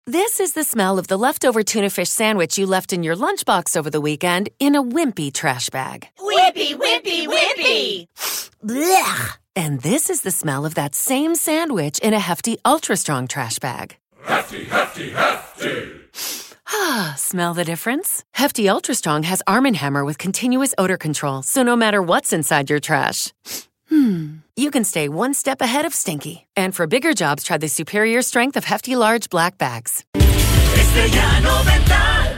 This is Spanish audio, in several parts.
This is the smell of the leftover tuna fish sandwich you left in your lunchbox over the weekend in a wimpy trash bag. Wimpy, wimpy, wimpy! Blech! And this is the smell of that same sandwich in a Hefty Ultra Strong trash bag. Hefty, hefty, hefty! Ah, smell the difference? Hefty Ultra Strong has Arm & Hammer with continuous odor control, so no matter what's inside your trash, you can stay one step ahead of stinky. And for bigger jobs, try the superior strength of Hefty Large Black Bags. Estrella 90.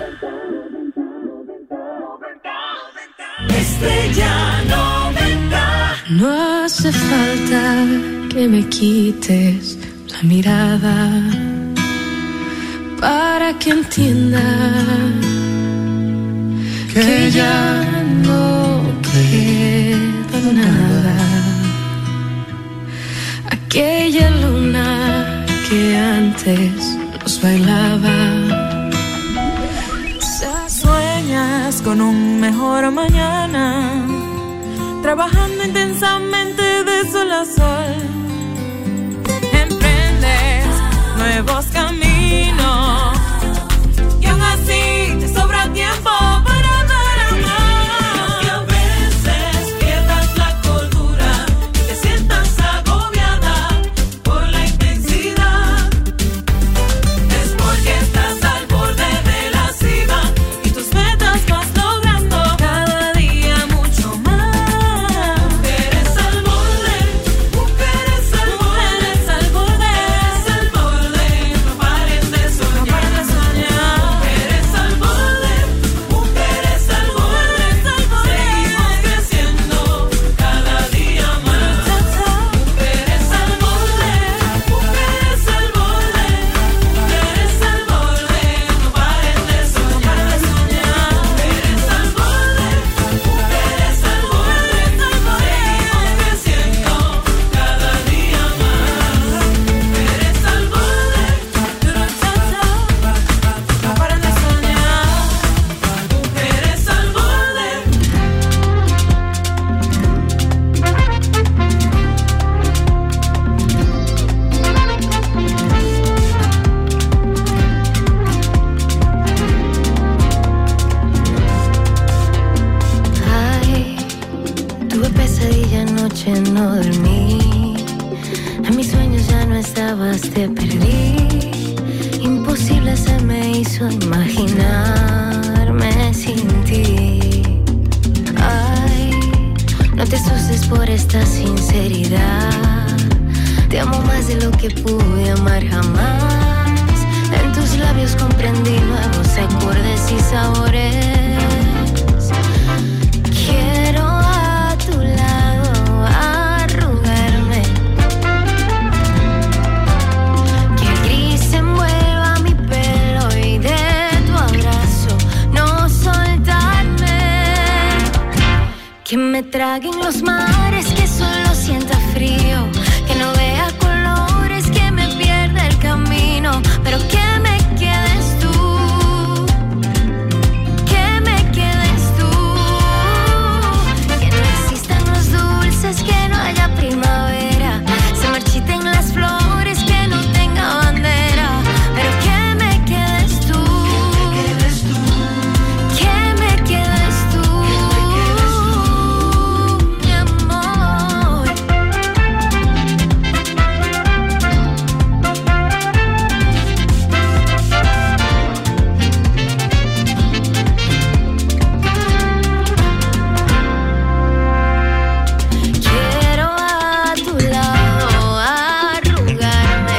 Estrella 90. No hace falta que me quites la mirada para que entienda que ya no queda nada. Aquella luna que antes nos bailaba. Sueñas con un mejor mañana, trabajando intensamente de sol a sol. Emprendes nuevos caminos y aún así te sobra tiempo para dar amor. Y a veces pierdas la cordura y te sientas agobiada por la intensidad. Es porque estás al borde de la cima y tus metas vas logrando cada día mucho más. Mujeres al borde, mujeres al borde, al borde, al borde. No paren de soñar, no paren de soñar. Mujeres al borde, mujeres al borde, al borde. Seguimos creciendo cada día más. Mujeres al borde, mujeres al borde, mujeres al borde. No paren de soñar, no paren de soñar. Mujeres al borde, mujeres al borde, al borde. Seguimos creciendo cada día más. Mujeres al borde, no paren de soñar. Mujeres al borde. Ay, tuve pesadilla anoche, no dormí. En mis sueños ya no estabas, te perdí. Imposible se me hizo imaginarme sin ti. Ay, no te asustes por esta sinceridad. Te amo más de lo que pude amar jamás. En tus labios comprendí nuevos acordes y sabores. Quiero a tu lado arrugarme, que el gris envuelva mi pelo y de tu abrazo no soltarme. Que me traguen los mares, que solo sienta frío, que no vea colores, que me pierda el camino, pero que me quedes tú. Que me quedes tú. Que no existan los dulces, que no haya primavera, se marchiten las flores, que no tenga bandera, pero que me quedes tú. Que me quedes tú, mi amor. Quiero a tu lado arrugarme,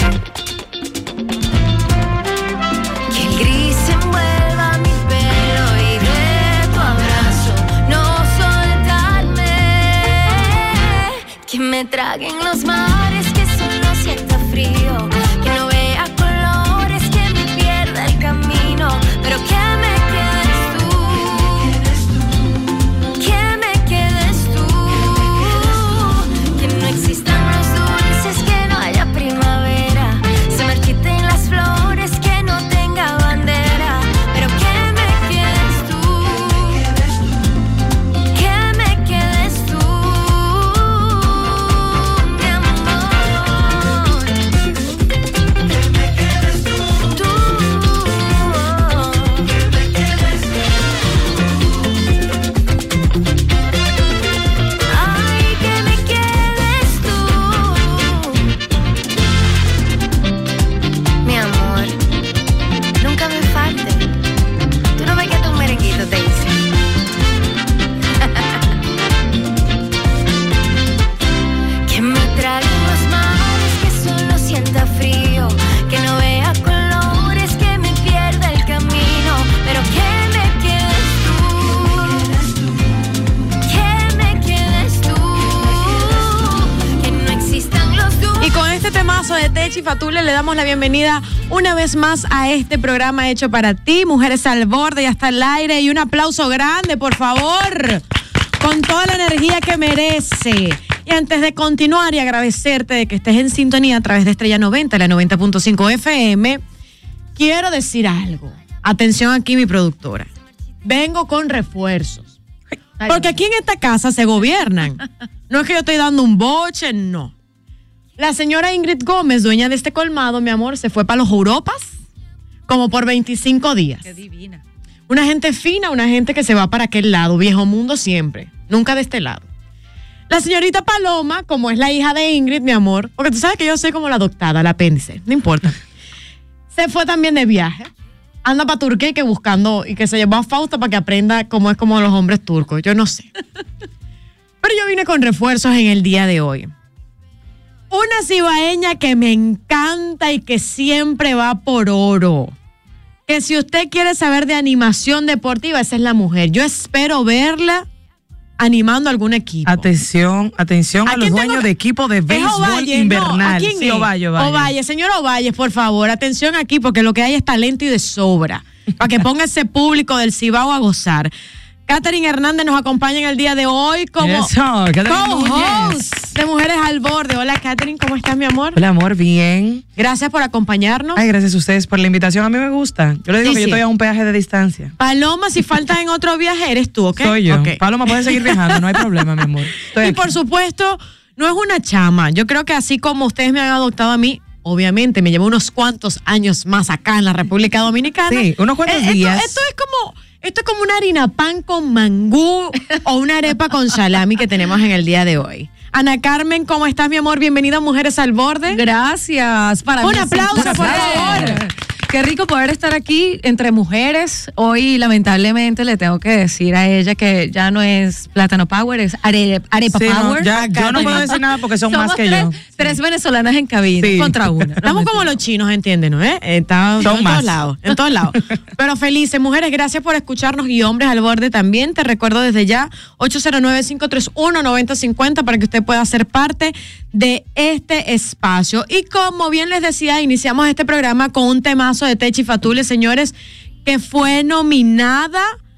que el gris envuelva mi pelo y de tu abrazo no soltarme. Que me traguen los mares, que solo sienta frío, que no vea colores, que me pierda el camino, pero que me quedes tú. Que me quedes tú. Que no existan los dulces, que no haya primavera, se marchiten las flores, que no tenga bandera, pero que me quedes tú. Que me quedes tú, mi amor. Techi Fatule, le damos la bienvenida una vez más a este programa hecho para ti, Mujeres al Borde, ya está al aire, y un aplauso grande, por favor, con toda la energía que merece. Y antes de continuar y agradecerte de que estés en sintonía a través de Estrella 90, la 90.5 FM, quiero decir algo. Atención aquí, mi productora. Vengo con refuerzos. Porque aquí en esta casa se gobiernan. No es que yo estoy dando un boche, no. La señora Ingrid Gómez, dueña de este colmado, mi amor, se fue para los Europas como por 25 días. Qué divina. Una gente fina, una gente que se va para aquel lado, viejo mundo siempre, nunca de este lado. La señorita Paloma, como es la hija de Ingrid, mi amor, porque tú sabes que yo soy como la adoptada, la apéndice, no importa. Se fue también de viaje. Anda para Turquía y que buscando, y que se llevó a Fausto para que aprenda cómo es como los hombres turcos. Yo no sé. Pero yo vine con refuerzos en el día de hoy. Una cibaeña que me encanta y que siempre va por oro. Que si usted quiere saber de animación deportiva, esa es la mujer. Yo espero verla animando algún equipo. Atención a los dueños de equipo de béisbol invernal. No, ¿a quién sí, es? Ovalle. Señor Ovalle, por favor, atención aquí, porque lo que hay es talento y de sobra. Para que ponga ese público del Cibao a gozar. Catherine Hernández nos acompaña en el día de hoy como co-host de Mujeres al Borde. Hola, Catherine, ¿cómo estás, mi amor? Hola, amor, bien. Gracias por acompañarnos. Ay, gracias a ustedes por la invitación. A mí me gusta. Yo le digo que yo estoy a un peaje de distancia. Paloma, si faltas en otro viaje, eres tú, ¿ok? Soy yo. Okay. Paloma puede seguir viajando, no hay problema, mi amor. Estoy y aquí. por supuesto, no es una chama. Yo creo que así como ustedes me han adoptado a mí, obviamente me llevo unos cuantos años más acá en la República Dominicana. Sí, unos cuantos días. Esto es como una harina pan con mangú o una arepa con salami que tenemos en el día de hoy. Ana Carmen, ¿cómo estás, mi amor? Bienvenida a Mujeres al Borde. Gracias. Para Un aplauso, por favor. Qué rico poder estar aquí entre mujeres. Hoy, lamentablemente, le tengo que decir a ella que ya no es Plátano Power, es Arepa Sí, Power. no, yo no puedo decir nada porque son Somos más que yo. tres venezolanas en cabina contra una. Estamos como los chinos, entiéndenos, ¿eh? Estamos Son en más. todos lados, en todos lados. Pero felices, mujeres, gracias por escucharnos y hombres al borde también. Te recuerdo desde ya 809-531-9050 para que usted pueda ser parte de este espacio. Y como bien les decía, iniciamos este programa con un temazo de Techi Fatule, señores, que fue nominada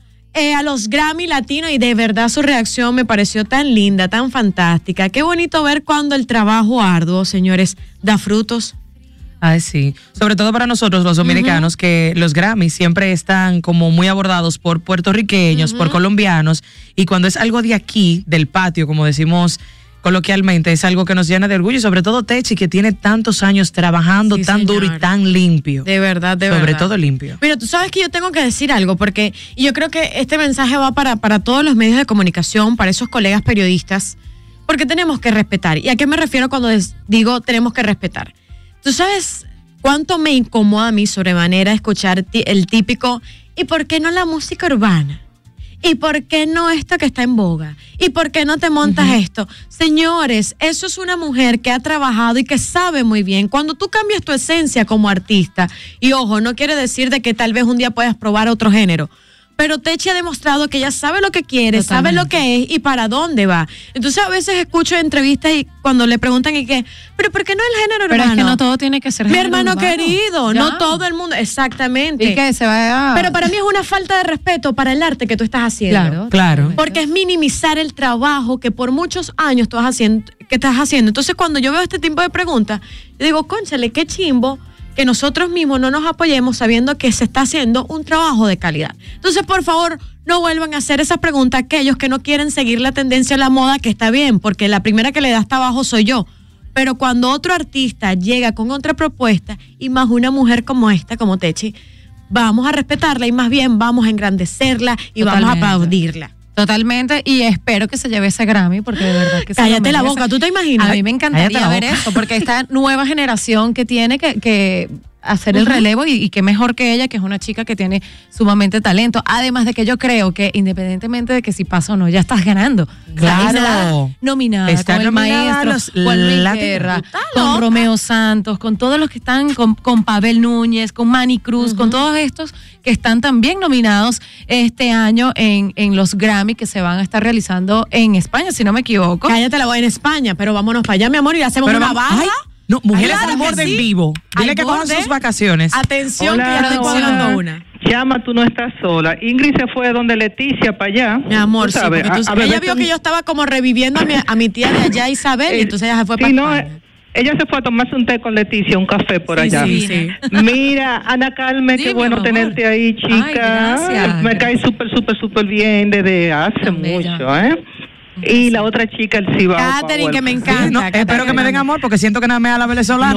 a los Grammy Latinos y de verdad su reacción me pareció tan linda, tan fantástica. Qué bonito ver cuando el trabajo arduo, señores, da frutos. Ay, sí. Sobre todo para nosotros los dominicanos, que los Grammys siempre están como muy abordados por puertorriqueños, por colombianos, y cuando es algo de aquí, del patio, como decimos coloquialmente, es algo que nos llena de orgullo, y sobre todo Techi, que tiene tantos años trabajando tan duro y tan limpio. De verdad, de verdad. Sobre todo limpio. Mira, tú sabes que yo tengo que decir algo, porque y yo creo que este mensaje va para todos los medios de comunicación, para esos colegas periodistas, porque tenemos que respetar. ¿Y a qué me refiero cuando digo tenemos que respetar? Tú sabes cuánto me incomoda a mí sobremanera escuchar el típico ¿y por qué no la música urbana? ¿Y por qué no esto que está en boga? ¿Y por qué no te montas esto? Señores, eso es una mujer que ha trabajado y que sabe muy bien. Cuando tú cambias tu esencia como artista, y ojo, no quiere decir de que tal vez un día puedas probar otro género, pero Techi ha demostrado que ella sabe lo que quiere, sabe lo que es y para dónde va. Entonces a veces escucho entrevistas y cuando le preguntan y que, pero ¿por qué no el género urbano? Pero es que no todo tiene que ser mi género hermano urbano. querido, Ya. no todo el mundo, exactamente. Y que se vaya. Pero para mí es una falta de respeto para el arte que tú estás haciendo. Claro. Porque es minimizar el trabajo que por muchos años tú estás haciendo. Entonces cuando yo veo este tipo de preguntas, yo digo, cónchale, qué chimbo que nosotros mismos no nos apoyemos sabiendo que se está haciendo un trabajo de calidad. Entonces, por favor, no vuelvan a hacer esa pregunta a aquellos que no quieren seguir la tendencia a la moda, que está bien, porque la primera que le da hasta abajo soy yo. Pero cuando otro artista llega con otra propuesta, y más una mujer como esta, como Techi, vamos a respetarla y más bien vamos a engrandecerla y vamos a aplaudirla. Totalmente, y espero que se lleve ese Grammy, porque de verdad que Cállate la boca, ¿tú te imaginas? A mí me encantaría ver eso, porque esta nueva generación que tiene que hacer el relevo y que mejor que ella, que es una chica que tiene sumamente talento. Además de que yo creo que independientemente de que si pasa o no, ya estás ganando. Claro. Está nominada Está con el nominada maestro, a con Luis Latin- Guerra, Está con loca. Romeo Santos, con todos los que están, con Pavel Núñez, con Manny Cruz, con todos estos que están también nominados este año en los Grammy que se van a estar realizando en España, si no me equivoco. Cállate la boca, en España, pero vámonos para allá, mi amor, y hacemos Pero una vamos- baja. ay, No, mujeres Claro al que borde sí. en vivo. Dile Al que cojan borde. sus vacaciones. Atención, Hola, que ya estoy hola. colgando una. Llama, tú no estás sola. Ingrid se fue donde Leticia para allá. Mi amor, Tú sí, sabes, porque tú- a ella beber vio con- que yo estaba como reviviendo a mi tía de allá, Isabel, y entonces ella se fue Sí, para no, España. ella se fue a tomarse un té con Leticia, un café por Sí, allá. sí. Mira, Ana Carmen, qué Dime, bueno amor. tenerte ahí, chica. Ay, gracias. Me cae súper bien desde hace Tan bella. mucho, ¿eh? Y la otra chica, el Cibao. Catherine, que me Sí, encanta. no, espero que me den amor porque siento que nada me da la venezolana.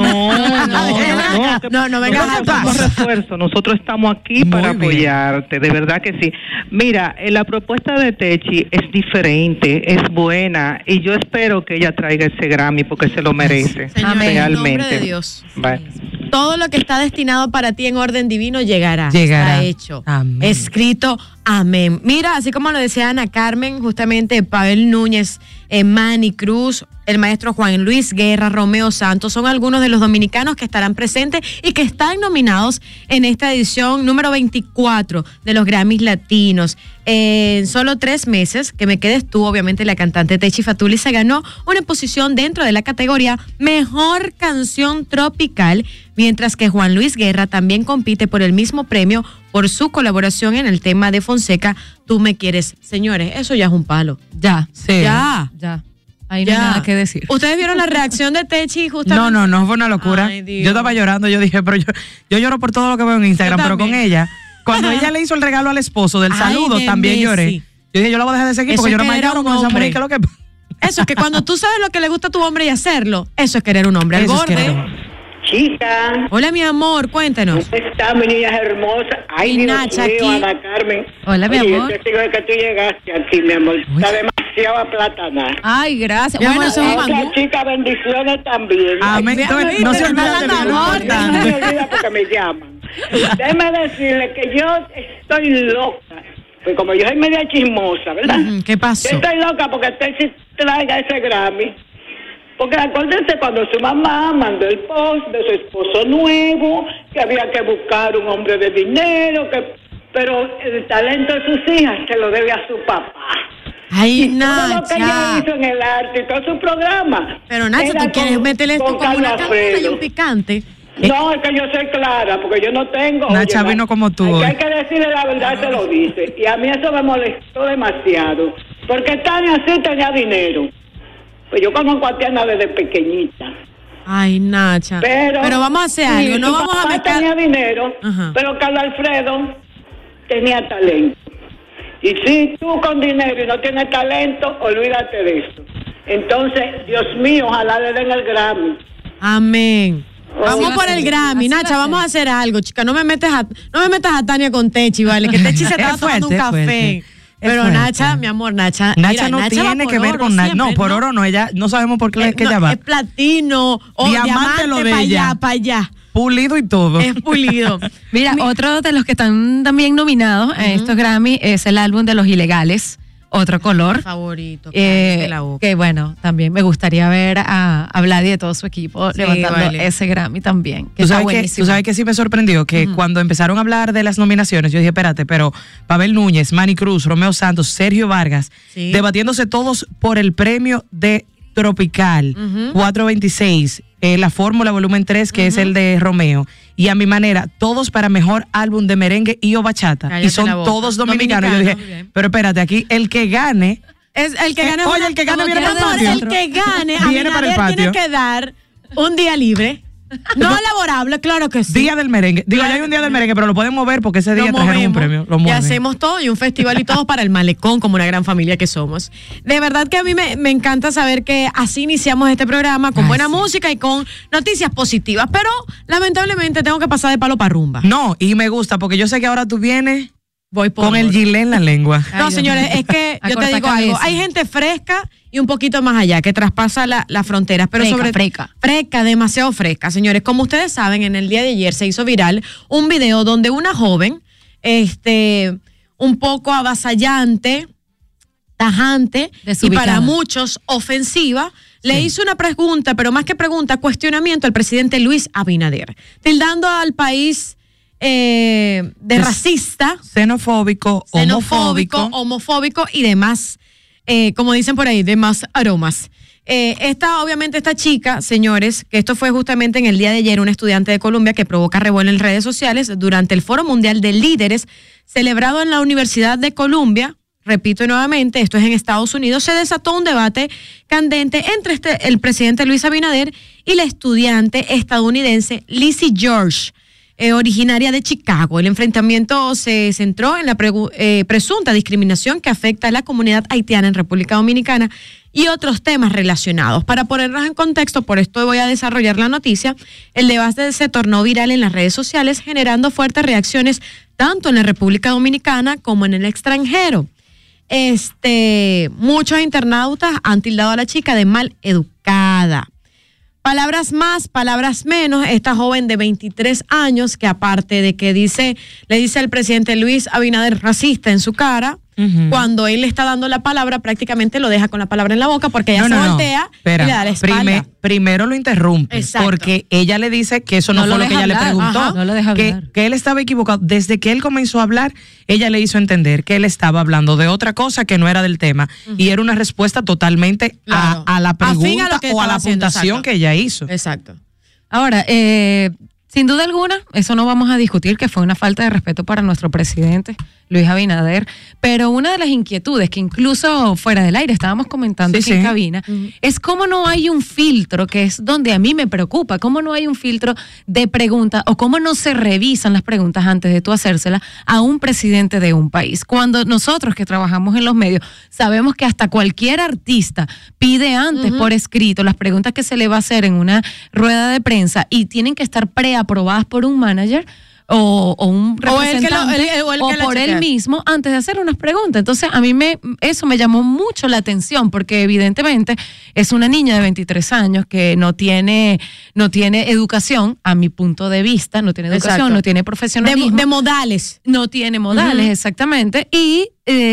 No, vengas a Somos refuerzo, nosotros estamos aquí Muy para bien. apoyarte, de verdad que sí. Mira, la propuesta de Techi es diferente, es buena, y yo espero que ella traiga ese Grammy porque se lo merece, Señor, en el realmente. nombre de Dios. Bye. Todo lo que está destinado para ti en orden divino llegará. Llegará. Está hecho. Amén. Escrito. Amén. Mira, así como lo decía Ana Carmen, justamente Pavel Núñez, Manny Cruz, el maestro Juan Luis Guerra, Romeo Santos, son algunos de los dominicanos que estarán presentes y que están nominados en esta edición número 24 de los Grammys Latinos. En solo 3 meses, que me quedes tú, obviamente la cantante Techi Fatuli se ganó una posición dentro de la categoría Mejor Canción Tropical, mientras que Juan Luis Guerra también compite por el mismo premio por su colaboración en el tema de Fonseca, Tú me quieres. Señores, eso ya es un palo. Ya. Sí. Ya. Ahí no hay nada que decir. ¿Ustedes vieron la reacción de Techi justamente? No, fue una locura. Ay, Dios. Yo estaba llorando, yo dije, pero yo lloro por todo lo que veo en Instagram, Yo pero con también. ella, cuando ella le hizo el regalo al esposo del Ay, saludo, de también Messi. lloré. Yo dije, yo la voy a dejar de seguir Eso porque es yo no me querer a lloro un con esa mujer, hombre. que lo que... Eso es que cuando tú sabes lo que le gusta a tu hombre y hacerlo, eso es querer un hombre al Eso es borde. querer un hombre. Chica, Hola, mi amor, cuéntanos. ¿cómo está mi niña hermosa? Ay, Mi Dios Nacha mío, aquí. Ana Carmen. Hola, mi Oye, amor. yo testigo de que tú llegaste aquí, mi amor. Está demasiado aplatanada. Ay, gracias. Mi amor, Bueno, eso es un A mangú. otra chica, bendiciones también. Amén. Ay, Entonces, no se olviden de lo no me importante. olvida porque me llaman. Déjeme decirle que yo estoy loca. Pues como yo soy media chismosa, ¿verdad? ¿Qué pasó? Yo estoy loca porque Techi traiga ese Grammy. Porque acuérdense cuando su mamá mandó el post de su esposo nuevo, que había que buscar un hombre de dinero, pero el talento de sus hijas se lo debe a su papá. Ay, Todo lo que ella Nacha. hizo en el arte y todo su programa. Pero Nacha, era ¿tú quieres con- meterle esto con como una Carlos candela y Alfredo. un picante? No, es que yo soy clara, porque yo no tengo... Nacha oye, vino como tú Hay hoy. hay que decirle la verdad, se lo dice. Y a mí eso me molestó demasiado. Porque Tania sí tenía dinero. Pues yo conozco a Tania desde pequeñita. Ay, Nacha. Pero vamos a hacer sí, algo, no su vamos a papá mezclar. tenía dinero, Ajá. pero Carlos Alfredo tenía talento. Y si tú con dinero y no tienes talento, olvídate de eso. Entonces, Dios mío, ojalá le den el Grammy. Amén. Vamos Así por va a el ser. Grammy, Así va Nacha, a vamos a ser. hacer algo, chica. No me metas a Tania con Techi, vale, que Techi se está Es tomando un fuerte, es café. fuerte. Es Pero fuerte. Nacha, mi amor, Nacha. Nacha mira, no va tiene por que ver oro con nada. No, siempre, por oro no, ella no sabemos por qué que no, ella va. es platino o Diamante diamante lo de para ella. allá, para allá. Pulido y todo. Es pulido. Mira, otro de los que están también nominados a estos Grammy es el álbum de Los Ilegales, Otro Color. Favorito. cállate la boca. Que bueno, también me gustaría ver a Vladi y de todo su equipo Sí, levantando vale. ese Grammy también. Que ¿Tú está sabes, que, buenísimo. tú sabes que sí me sorprendió que cuando empezaron a hablar de las nominaciones, yo dije, espérate, pero Pavel Núñez, Manny Cruz, Romeo Santos, Sergio Vargas, Sí. debatiéndose todos por el premio de Tropical 426, la Fórmula Volumen 3, que es el de Romeo, y a mi manera, todos para mejor álbum de merengue y o bachata. Cállate y son la boca. todos dominicanos. Yo Dominicanos, dije, bien. pero espérate, aquí el que gane... Es el que gane. Oye, el que gane viene para el patio. El que gane, Viene para el Abinader tiene patio. que dar un día libre. No laborable, claro que sí. Día del merengue. Digo, Claro ya hay un día que del sí. merengue, pero lo pueden mover porque ese día Lo trajeron un movemos premio. Lo y mueven. hacemos todo y un festival y todo para el malecón como una gran familia que somos. De verdad que a mí me encanta saber que así iniciamos este programa con Ay, buena sí. música y con noticias positivas, pero lamentablemente tengo que pasar de palo para rumba. No, y me gusta porque yo sé que ahora tú vienes Voy por con el oro. gilet en la lengua. No, Ay, Dios señores, mío. es que A yo te digo cortacabezas. algo. Hay gente fresca y un poquito más allá que traspasa las fronteras, pero Fresca. fresca, demasiado fresca, señores. Como ustedes saben, en el día de ayer se hizo viral un video donde una joven, un poco avasallante, tajante y Desubicada. para muchos ofensiva, le hizo una pregunta, pero más que pregunta, cuestionamiento al presidente Luis Abinader, tildando al país de racista, Xenofóbico, xenofóbico, homofóbico y demás, como dicen por ahí, demás aromas. Obviamente esta chica, señores, que esto fue justamente en el día de ayer, una estudiante de Colombia que provoca revuelo en redes sociales durante el Foro Mundial de Líderes celebrado en la Universidad de Columbia. Repito nuevamente, esto es en Estados Unidos. Se desató un debate candente entre el presidente Luis Abinader y la estudiante estadounidense Lizzie George, originaria de Chicago. El enfrentamiento se centró en la presunta discriminación que afecta a la comunidad haitiana en República Dominicana y otros temas relacionados. Para ponernos en contexto, por esto voy a desarrollar la noticia, el debate se tornó viral en las redes sociales, generando fuertes reacciones tanto en la República Dominicana como en el extranjero. Muchos internautas han tildado a la chica de mal educada. Palabras más, palabras menos, esta joven de 23 años que aparte de que le dice al presidente Luis Abinader racista en su cara, cuando él le está dando la palabra, prácticamente lo deja con la palabra en la boca porque ella se voltea y le da la espalda. Primero lo interrumpe. Exacto. Porque ella le dice que eso no fue lo que ella le preguntó. Ajá, no lo deja hablar. Que él estaba equivocado. Desde que él comenzó a hablar, ella le hizo entender que él estaba hablando de otra cosa que no era del tema. Y era una respuesta totalmente a la pregunta o a la apuntación que ella hizo. Exacto. Ahora, sin duda alguna, eso no vamos a discutir, que fue una falta de respeto para nuestro presidente, Luis Abinader, pero una de las inquietudes que incluso fuera del aire estábamos comentando en cabina, es cómo no hay un filtro, que es donde a mí me preocupa, cómo no hay un filtro de preguntas o cómo no se revisan las preguntas antes de tú hacérselas a un presidente de un país. Cuando nosotros que trabajamos en los medios sabemos que hasta cualquier artista pide antes por escrito las preguntas que se le va a hacer en una rueda de prensa y tienen que estar preaprobadas por un manager o un representante o por él mismo antes de hacer unas preguntas. Entonces a mí eso me llamó mucho la atención porque evidentemente es una niña de 23 años que no tiene educación, a mi punto de vista, no tiene educación, Exacto. no tiene profesionalismo. De modales. No tiene modales, exactamente. Y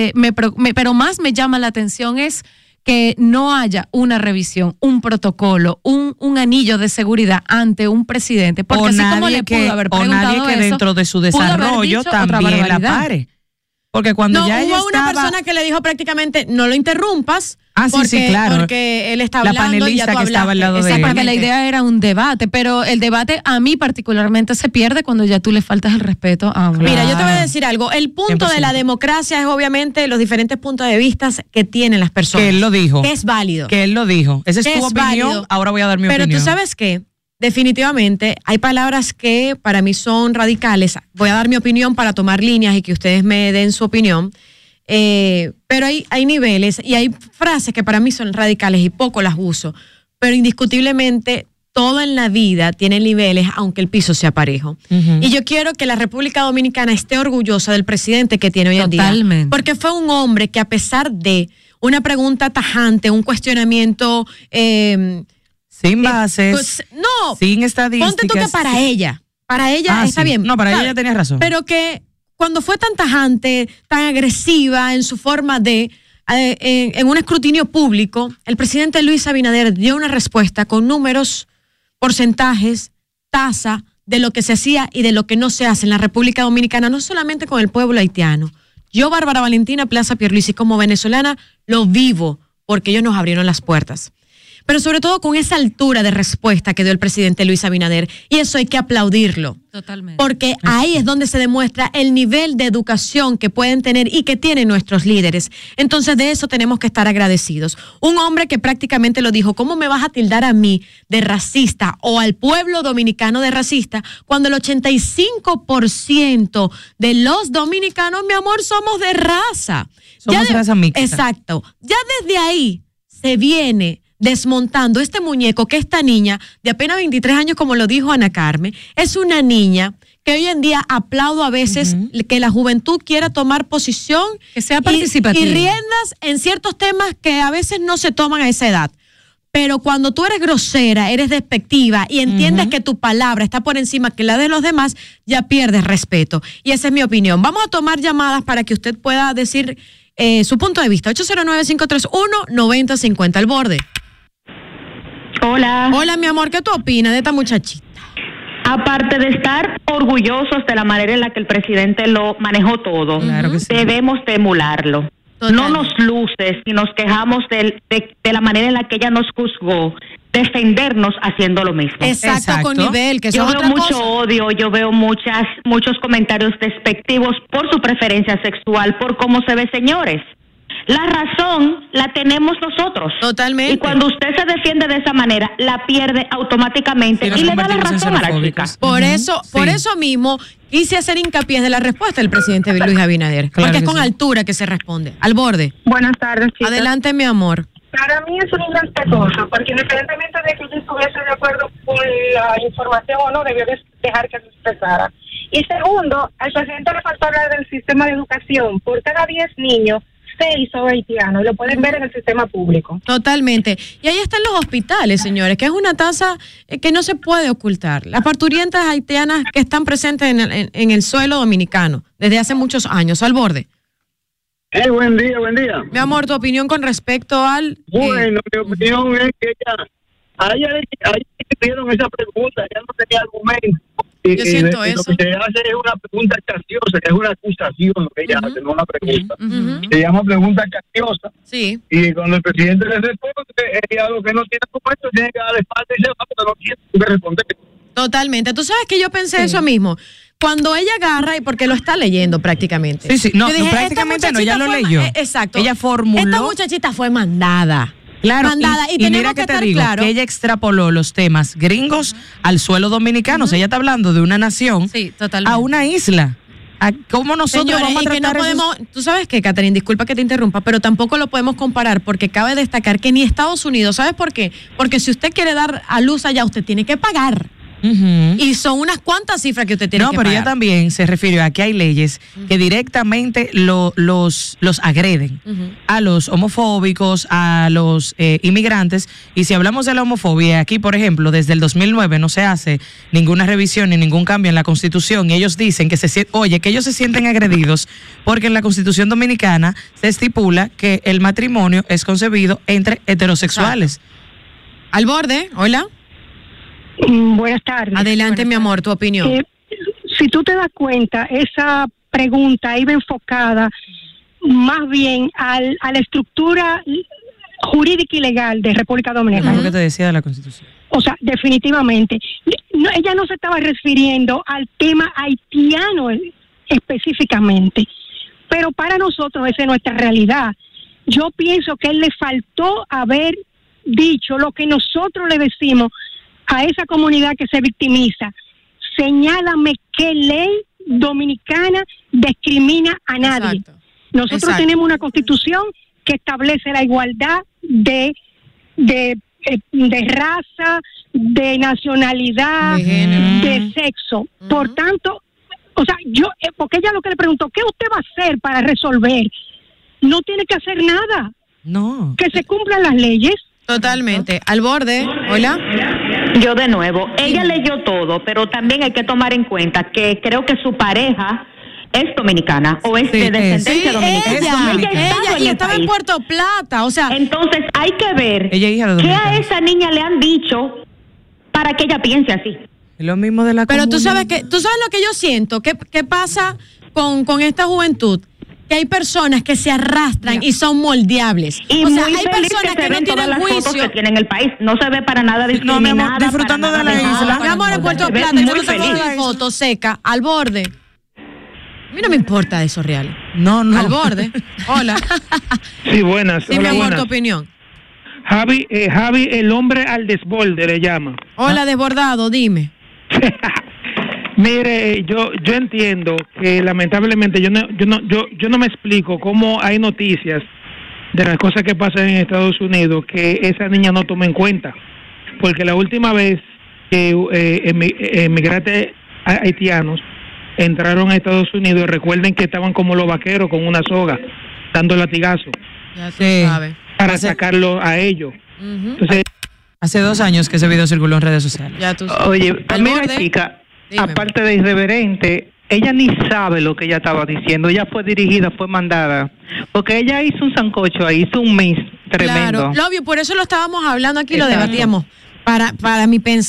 pero más me llama la atención es que no haya una revisión, un protocolo, un anillo de seguridad ante un presidente, porque o así nadie como le pudo haber preguntado o nadie que eso, dentro de su desarrollo también la pare. Porque cuando ya ella hubo una persona que le dijo prácticamente no lo interrumpas. Claro. Porque él está la hablando panelista y ya tú que hablaste. estaba al lado de él. Porque la idea era un debate, pero el debate a mí particularmente se pierde cuando ya tú le faltas el respeto a un... Mira, yo te voy a decir algo. El punto 100%. de la democracia es obviamente los diferentes puntos de vista que tienen las personas. Que él lo dijo. Que es válido. Que él lo dijo. Esa es Que tu es opinión, válido. ahora voy a dar mi Pero opinión. tú sabes qué, definitivamente hay palabras que para mí son radicales. Voy a dar mi opinión para tomar líneas y que ustedes me den su opinión. Pero hay niveles y hay frases que para mí son radicales y poco las uso. Pero indiscutiblemente todo en la vida tiene niveles aunque el piso sea parejo. Y yo quiero que la República Dominicana esté orgullosa del presidente que tiene hoy en día. Totalmente. Porque fue un hombre que a pesar de una pregunta tajante, un cuestionamiento... sin bases, pues, no, sin estadísticas. ponte tú que para ella está bien. No, para ella tenía razón. Pero que cuando fue tan tajante, tan agresiva en su forma de, en un escrutinio público, el presidente Luis Abinader dio una respuesta con números, porcentajes, tasa de lo que se hacía y de lo que no se hace en la República Dominicana, no solamente con el pueblo haitiano. Yo, Bárbara Valentina Plaza Pierluisi, como venezolana, lo vivo porque ellos nos abrieron las puertas. Pero sobre todo con esa altura de respuesta que dio el presidente Luis Abinader. Y eso hay que aplaudirlo. Totalmente. Porque ahí es donde se demuestra el nivel de educación que pueden tener y que tienen nuestros líderes. Entonces de eso tenemos que estar agradecidos. Un hombre que prácticamente lo dijo, ¿cómo me vas a tildar a mí de racista o al pueblo dominicano de racista cuando el 85% de los dominicanos, mi amor, somos de raza? Somos raza mixta. Exacto. Ya desde ahí se viene desmontando este muñeco que esta niña de apenas 23 años, como lo dijo Ana Carmen, es una niña que hoy en día aplaudo a veces que la juventud quiera tomar posición, que sea participativa y riendas en ciertos temas que a veces no se toman a esa edad. Pero cuando tú eres grosera, eres despectiva y entiendes que tu palabra está por encima que la de los demás, ya pierdes respeto. Y esa es mi opinión. Vamos a tomar llamadas para que usted pueda decir su punto de vista. 809-531-9050, al borde. Hola. Hola, mi amor, ¿qué tú opinas de esta muchachita? Aparte de estar orgullosos de la manera en la que el presidente lo manejó todo, Claro que sí. debemos de emularlo. no nos luce si nos quejamos de la manera en la que ella nos juzgó, defendernos haciendo lo mismo. Exacto. Con nivel, que eso yo es veo otra mucho cosa. odio, yo veo muchos comentarios despectivos por su preferencia sexual, por cómo se ve, señores. La razón la tenemos nosotros. Totalmente. Y cuando usted se defiende de esa manera, la pierde automáticamente y le da la razón a la chica. Por eso mismo quise hacer hincapié de la respuesta del presidente Luis Abinader, Claro porque es que con sí. altura que se responde. Al borde. Buenas tardes, chicas. Adelante, mi amor. Para mí es un gran respetuoso, porque independientemente de que yo estuviese de acuerdo con la información o no, debió dejar que se expresara. Y segundo, al presidente le faltó hablar del sistema de educación. Por cada 10 niños, 6 son haitianos, y lo pueden ver en el sistema público. Totalmente. Y ahí están los hospitales, señores, que es una tasa que no se puede ocultar. Las parturientas haitianas que están presentes en el suelo dominicano desde hace muchos años. Al borde. Buen día, buen día. Mi amor, tu opinión con respecto al... Bueno, mi opinión es que a ella le hicieron esa pregunta, ella no tenía argumento. Yo siento eso. Lo que se hace es una pregunta capciosa, que es una acusación lo que ella hace, no una pregunta. Se llama pregunta capciosa. Sí. Y cuando el presidente le responde, ella lo que no tiene argumento tiene que darle espalda y se va porque no tiene que responder. Totalmente. Tú sabes que yo pensé eso mismo. Cuando ella agarra, y porque lo está leyendo prácticamente. Sí, no, Yo dije, prácticamente esta no, ella lo muchachita leyó. Exacto. Ella formuló. Esta muchachita fue mandada. Claro, mandada. Y tenemos mira que te estar digo, claro. que ella extrapoló los temas gringos al suelo dominicano. O sea, ella está hablando de una nación a una isla. ¿Cómo nosotros Señores, vamos a y que tratar no podemos, tú sabes que, Catherine, disculpa que te interrumpa, pero tampoco lo podemos comparar porque cabe destacar que ni Estados Unidos, ¿sabes por qué? Porque si usted quiere dar a luz allá, usted tiene que pagar. Y son unas cuantas cifras que usted tiene que pagar. No, pero ella también se refirió a que hay leyes que directamente los agreden a los homofóbicos, a los inmigrantes. Y si hablamos de la homofobia, aquí, por ejemplo, desde el 2009 no se hace ninguna revisión ni ningún cambio en la Constitución. Y ellos dicen que que ellos se sienten agredidos porque en la Constitución dominicana se estipula que el matrimonio es concebido entre heterosexuales. Al borde, hola. Buenas tardes. Adelante, mi amor, tu opinión. Si tú te das cuenta, esa pregunta iba enfocada más bien a la estructura jurídica y legal de República Dominicana. Es lo que te decía de la Constitución. O sea, definitivamente. No, ella no se estaba refiriendo al tema haitiano específicamente, pero para nosotros esa es nuestra realidad. Yo pienso que él le faltó haber dicho lo que nosotros le decimos a esa comunidad que se victimiza. Señálame qué ley dominicana discrimina a nadie. Nosotros tenemos una constitución que establece la igualdad de raza, de nacionalidad, de sexo. Por tanto, o sea, porque ella lo que le preguntó, ¿qué usted va a hacer para resolver? No tiene que hacer nada. No. Que se cumplan las leyes. Totalmente. Al borde, hola. Yo de nuevo, ella leyó todo, pero también hay que tomar en cuenta que creo que su pareja es dominicana o es de descendencia dominicana. Ella estaba en Puerto Plata, o sea. Entonces hay que ver qué a esa niña le han dicho para que ella piense así. Lo mismo de la Pero tú sabes lo que yo siento, ¿qué pasa con esta juventud? Que hay personas que se arrastran y son moldeables. Y o sea, muy hay feliz personas que se que no ven todas tienen las fotos juicio. que tienen el país. No se ve para nada discriminada. No, mi amor, disfrutando de la isla. Mi amor, en Puerto Plata, yo no tengo una foto seca, al borde. A mí no me importa eso real. No. Al borde. Hola. Sí, buenas. Sí, mi hola, amor, buenas. tu opinión. Javi, el hombre al desborde le llama. Hola, desbordado, dime. Mire, yo entiendo que lamentablemente yo no me explico cómo hay noticias de las cosas que pasan en Estados Unidos que esa niña no toma en cuenta, porque la última vez que emigrantes haitianos entraron a Estados Unidos, recuerden que estaban como los vaqueros con una soga dando latigazos para sacarlo a ellos. Entonces, hace 2 años que ese video circuló en redes sociales. Oye, mira, chica, aparte de irreverente, ella ni sabe lo que ella estaba diciendo. Ella fue dirigida, fue mandada, porque ella hizo un sancocho ahí, hizo un mix tremendo. Claro, obvio, por eso lo estábamos hablando aquí, lo debatíamos. Para mi pensar,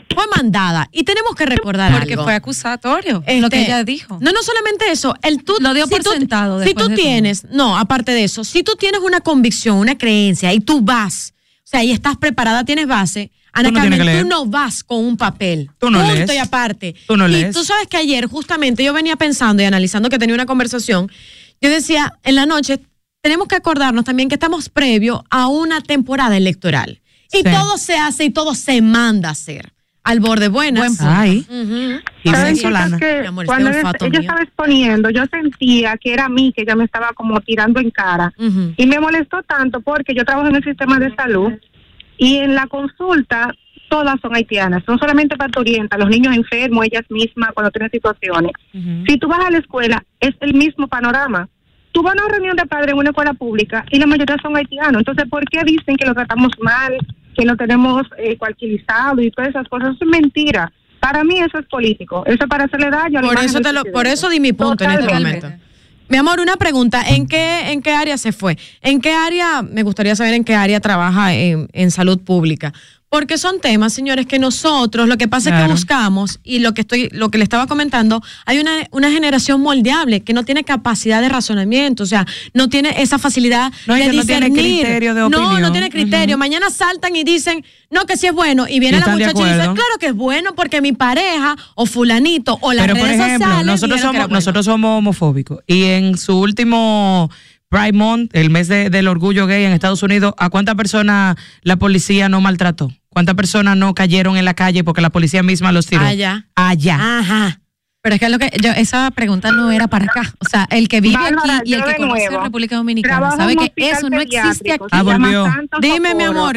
fue mandada. Y tenemos que recordar Porque algo. fue acusatorio, lo que ella dijo. No solamente eso, lo dio por sentado. Si tú tienes, aparte de eso, si tú tienes una convicción, una creencia y tú vas, o sea, y estás preparada, tienes base, Ana Carmen, tú no vas con un papel. Tú no lees. Punto y aparte. Tú no y lees. tú sabes que ayer justamente yo venía pensando y analizando que tenía una conversación, yo decía, en la noche tenemos que acordarnos también que estamos previo a una temporada electoral. Y todo se hace y todo se manda a hacer. Al borde, buenas. Ay. Y ¿Saben, venezolana. chicas, que Mi amor, cuando este olfato ella mío. estaba exponiendo, yo sentía que era a mí que ella me estaba como tirando en cara. Y me molestó tanto porque yo trabajo en el sistema de salud y en la consulta todas son haitianas, son solamente parturientas, los niños enfermos, ellas mismas cuando tienen situaciones. Si tú vas a la escuela, es el mismo panorama. Tú vas a una reunión de padres en una escuela pública y la mayoría son haitianos. Entonces, ¿por qué dicen que lo tratamos mal, que lo tenemos cualquierizado y todas esas cosas? Eso es mentira. Para mí eso es político. Eso es para hacerle daño a la imagen del presidente. Por eso di mi punto en este momento. Mi amor, una pregunta, ¿en qué área se fue? ¿En qué área, me gustaría saber en qué área trabaja en salud pública? Porque son temas, señores, que nosotros, lo que pasa es que buscamos, y lo que le estaba comentando, hay una generación moldeable que no tiene capacidad de razonamiento, o sea, no tiene esa facilidad de discernir. No tiene criterio de opinión. No tiene criterio. Mañana saltan y dicen, no, que sí es bueno, y viene la muchacha y dice, claro que es bueno porque mi pareja, o fulanito, o las redes sociales. Nosotros somos homofóbicos, y en su último Pride Month, el mes del orgullo gay en Estados Unidos, ¿a cuántas personas la policía no maltrató? ¿Cuántas personas no cayeron en la calle porque la policía misma los tiró? Allá. Ajá. Pero es que esa pregunta no era para acá. O sea, el que vive Bárbara, aquí y el que conoce la República Dominicana sabe que eso no existe aquí. Volvió. Dime, mi amor.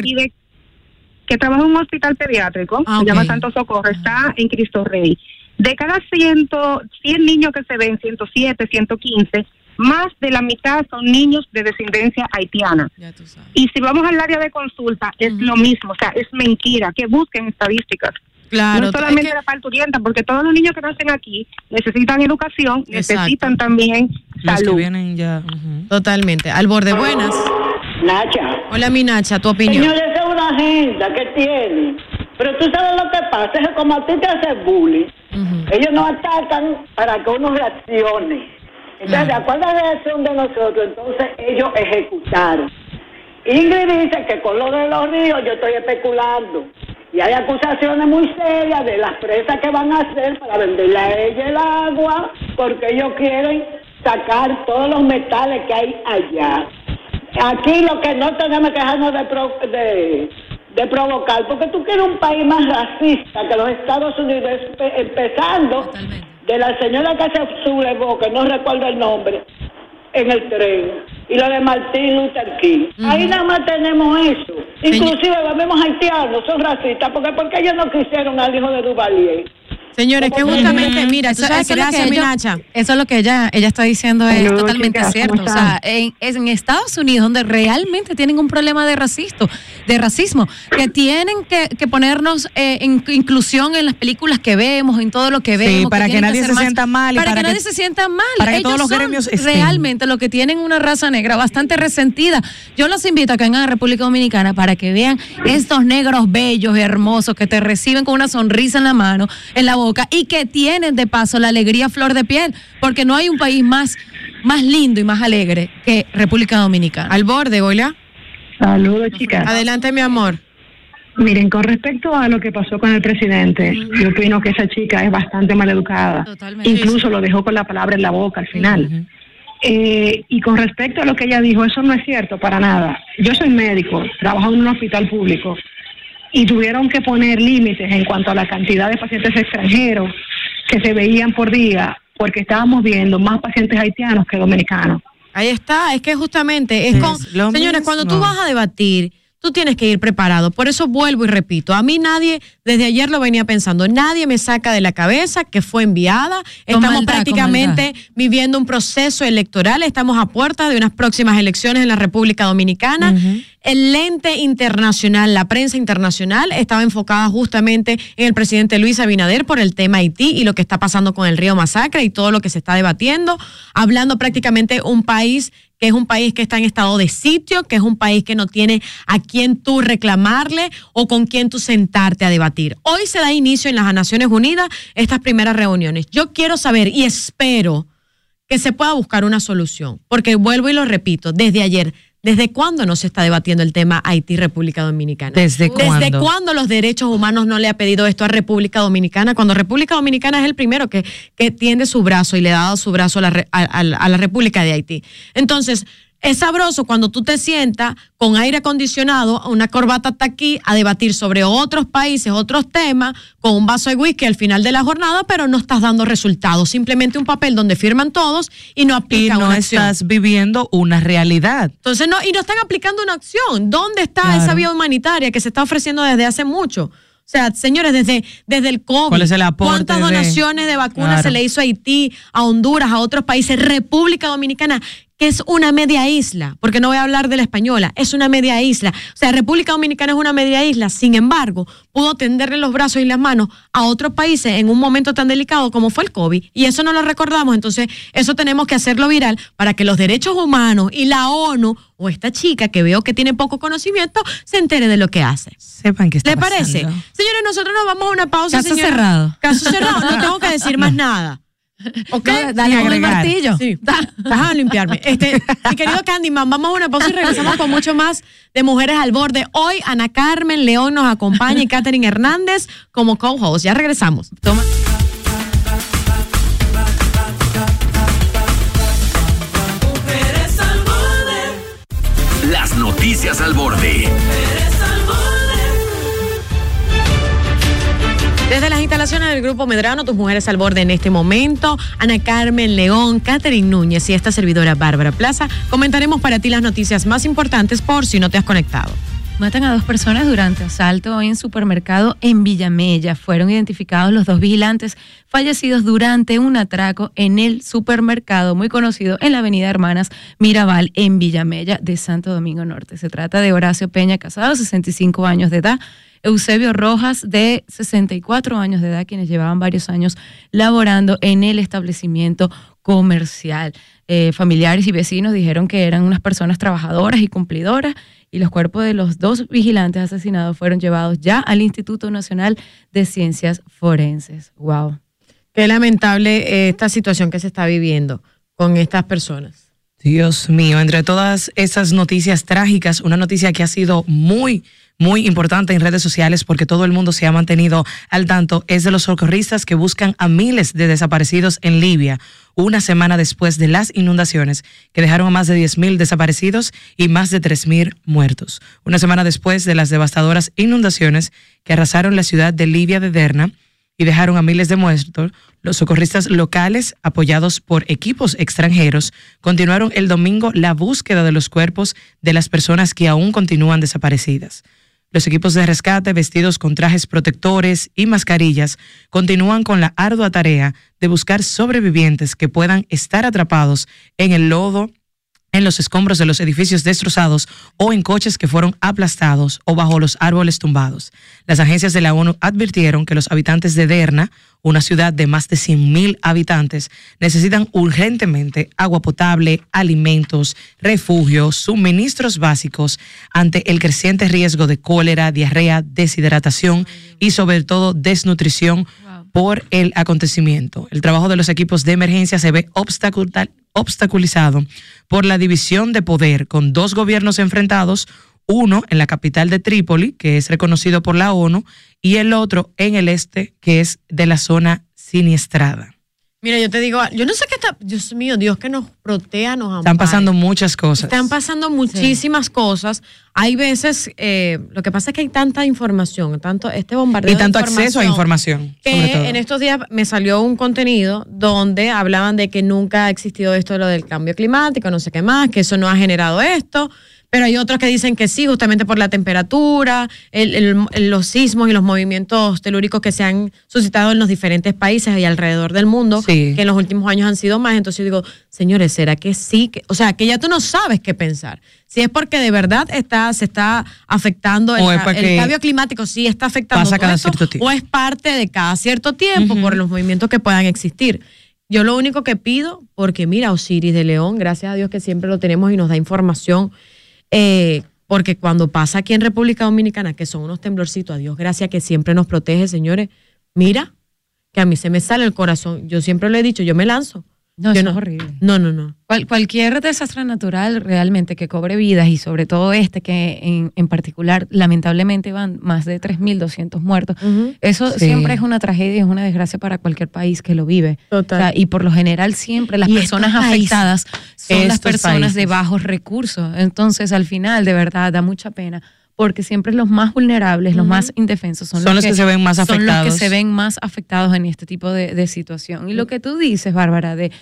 Que trabaja en un hospital pediátrico, se llama Santo Socorro, está en Cristo Rey. De cada 100 niños que se ven, 107, 115, más de la mitad son niños de descendencia haitiana. Y si vamos al área de consulta, es lo mismo, o sea, es mentira, que busquen estadísticas. Claro, no solamente la parturienta, porque todos los niños que nacen aquí necesitan educación, necesitan también los salud. que vienen ya. Totalmente. Al borde, buenas. Nacha. Hola, mi Nacha, tu opinión. Señores, es una agenda que tienen. Pero tú sabes lo que pasa, es que como a ti te hacen bullying, ellos nos atacan para que uno reaccione. Entonces, de acuerdo a la reacción de nosotros, entonces ellos ejecutaron. Ingrid dice que con lo de los ríos yo estoy especulando. Y hay acusaciones muy serias de las presas que van a hacer para venderle a ella el agua, porque ellos quieren sacar todos los metales que hay allá. Aquí lo que no tenemos que dejarnos de provocar, porque tú quieres un país más racista que los Estados Unidos, empezando de la señora que se sublevó, que no recuerdo el nombre, en el tren, y lo de Martin Luther King. Ahí nada más tenemos eso. Inclusive los mismos haitianos son racistas, porque ellos no quisieron al hijo de Duvalier. Señores, que justamente, mira, tú sabes que gracias, mi Nacha. Eso es lo que ella está diciendo, es totalmente chicas, cierto. ¿cómo O sea, es en Estados Unidos donde realmente tienen un problema de racismo, que tienen que ponernos en inclusión en las películas que vemos, en todo lo que vemos. Sí, para que nadie se sienta mal. Para que nadie se sienta mal. Para que ellos todos los son gremios estén. realmente lo que tienen una raza negra bastante resentida. Yo los invito a que vengan a República Dominicana para que vean estos negros bellos, hermosos, que te reciben con una sonrisa en la mano, en la boca, y que tienen de paso la alegría a flor de piel, porque no hay un país más lindo y más alegre que República Dominicana. Al borde, hola. Saludos, chicas. Adelante, mi amor. Miren, con respecto a lo que pasó con el presidente, yo opino que esa chica es bastante maleducada. Totalmente. Incluso lo dejó con la palabra en la boca al final. Y con respecto a lo que ella dijo, eso no es cierto para nada. Yo soy médico, trabajo en un hospital público y tuvieron que poner límites en cuanto a la cantidad de pacientes extranjeros que se veían por día, porque estábamos viendo más pacientes haitianos que dominicanos. Ahí está, es que justamente señores, cuando tú vas a debatir, tú tienes que ir preparado. Por eso vuelvo y repito, a mí nadie, desde ayer lo venía pensando, nadie me saca de la cabeza que fue enviada. Estamos prácticamente viviendo un proceso electoral, estamos a puertas de unas próximas elecciones en la República Dominicana. el lente internacional, la prensa internacional, estaba enfocada justamente en el presidente Luis Abinader por el tema Haití y lo que está pasando con el río Masacre y todo lo que se está debatiendo, hablando prácticamente un país que es un país que está en estado de sitio, que es un país que no tiene a quién tú reclamarle o con quién tú sentarte a debatir. Hoy se da inicio en las Naciones Unidas estas primeras reuniones. Yo quiero saber y espero que se pueda buscar una solución, porque vuelvo y lo repito, desde ayer, ¿desde cuándo no se está debatiendo el tema Haití-República Dominicana? ¿Desde cuándo? ¿Desde cuándo los derechos humanos no le ha pedido esto a República Dominicana? Cuando República Dominicana es el primero que tiende su brazo y le ha dado su brazo a la República de Haití. Entonces, es sabroso cuando tú te sientas con aire acondicionado, una corbata hasta aquí, a debatir sobre otros países, otros temas, con un vaso de whisky al final de la jornada, pero no estás dando resultados. Simplemente un papel donde firman todos y no aplican una acción. Y no estás viviendo una realidad. Entonces, no están aplicando una acción. ¿Dónde está esa vía humanitaria que se está ofreciendo desde hace mucho? O sea, señores, desde el COVID, ¿cuál es el aporte? ¿Cuántas donaciones de vacunas se le hizo a Haití, a Honduras, a otros países? República Dominicana, que es una media isla, porque no voy a hablar de la española, es una media isla. O sea, República Dominicana es una media isla, sin embargo, pudo tenderle los brazos y las manos a otros países en un momento tan delicado como fue el COVID, y eso no lo recordamos. Entonces, eso tenemos que hacerlo viral para que los derechos humanos y la ONU o esta chica que veo que tiene poco conocimiento se entere de lo que hace. Sepan que está ¿Le parece? pasando. Señores, nosotros nos vamos a una pausa. Caso señora. cerrado. Caso cerrado, no tengo que decir más nada. ¿Ok? No, dale con el martillo. Sí, déjame limpiarme. Mi querido Candyman, vamos a una pausa y regresamos con mucho más de Mujeres al Borde. Hoy Ana Carmen León nos acompaña y Catherine Hernández como co-host. Ya regresamos. Toma. Mujeres al borde. Las noticias al borde. Mujeres al borde. Desde las instalaciones del Grupo Medrano, tus mujeres al borde en este momento, Ana Carmen León, Catherine Núñez y esta servidora Bárbara Plaza, comentaremos para ti las noticias más importantes por si no te has conectado. Matan a 2 personas durante asalto en supermercado en Villamella. Fueron identificados los 2 vigilantes fallecidos durante un atraco en el supermercado muy conocido en la avenida Hermanas Mirabal en Villamella de Santo Domingo Norte. Se trata de Horacio Peña Casado, 65 años de edad, Eusebio Rojas, de 64 años de edad, quienes llevaban varios años laborando en el establecimiento comercial. Familiares y vecinos dijeron que eran unas personas trabajadoras y cumplidoras, y los cuerpos de los 2 vigilantes asesinados fueron llevados ya al Instituto Nacional de Ciencias Forenses. ¡Wow! Qué lamentable esta situación que se está viviendo con estas personas. Dios mío, entre todas esas noticias trágicas, una noticia que ha sido muy importante en redes sociales porque todo el mundo se ha mantenido al tanto es de los socorristas que buscan a miles de desaparecidos en Libia, una semana después de las inundaciones que dejaron a más de 10,000 desaparecidos y más de 3,000 muertos. Una semana después de las devastadoras inundaciones que arrasaron la ciudad de Libia de Derna y dejaron a miles de muertos, los socorristas locales, apoyados por equipos extranjeros, continuaron el domingo la búsqueda de los cuerpos de las personas que aún continúan desaparecidas. Los equipos de rescate, vestidos con trajes protectores y mascarillas, continúan con la ardua tarea de buscar sobrevivientes que puedan estar atrapados en el lodo, en los escombros de los edificios destrozados o en coches que fueron aplastados o bajo los árboles tumbados. Las agencias de la ONU advirtieron que los habitantes de Derna, una ciudad de más de 100,000 habitantes, necesitan urgentemente agua potable, alimentos, refugios, suministros básicos ante el creciente riesgo de cólera, diarrea, deshidratación y sobre todo desnutrición por el acontecimiento. El trabajo de los equipos de emergencia se ve obstaculizado por la división de poder con 2 gobiernos enfrentados, uno en la capital de Trípoli, que es reconocido por la ONU, y el otro en el este, que es de la zona siniestrada. Mira, yo te digo, yo no sé qué está, Dios mío, Dios que nos protea, nos ampare. Están pasando muchas cosas. Están pasando muchísimas cosas. Hay veces, lo que pasa es que hay tanta información, tanto este bombardeo y tanto de acceso a información. Que en estos días me salió un contenido donde hablaban de que nunca ha existido esto de lo del cambio climático, no sé qué más, que eso no ha generado esto. Pero hay otros que dicen que sí, justamente por la temperatura, los sismos y los movimientos telúricos que se han suscitado en los diferentes países y alrededor del mundo, que en los últimos años han sido más. Entonces yo digo, señores, ¿será que sí? O sea, que ya tú no sabes qué pensar. Si es porque de verdad se está afectando el cambio climático, sí está afectando todo esto, o es parte de cada cierto tiempo por los movimientos que puedan existir. Yo lo único que pido, porque mira, Osiris de León, gracias a Dios que siempre lo tenemos y nos da información, porque cuando pasa aquí en República Dominicana, que son unos temblorcitos, a Dios gracias que siempre nos protege, señores, mira, que a mí se me sale el corazón. Yo siempre lo he dicho, yo me lanzo. No, eso es horrible. No. Cualquier desastre natural realmente que cobre vidas, y sobre todo que en particular lamentablemente van más de 3.200 muertos, eso siempre es una tragedia, es una desgracia para cualquier país que lo vive. Total. O sea, y por lo general siempre las personas afectadas son las personas de bajos recursos. Entonces al final de verdad da mucha pena, porque siempre los más vulnerables, los más indefensos son los que se ven más afectados. Son los que se ven más afectados en este tipo de situación. Y lo que tú dices, Bárbara, de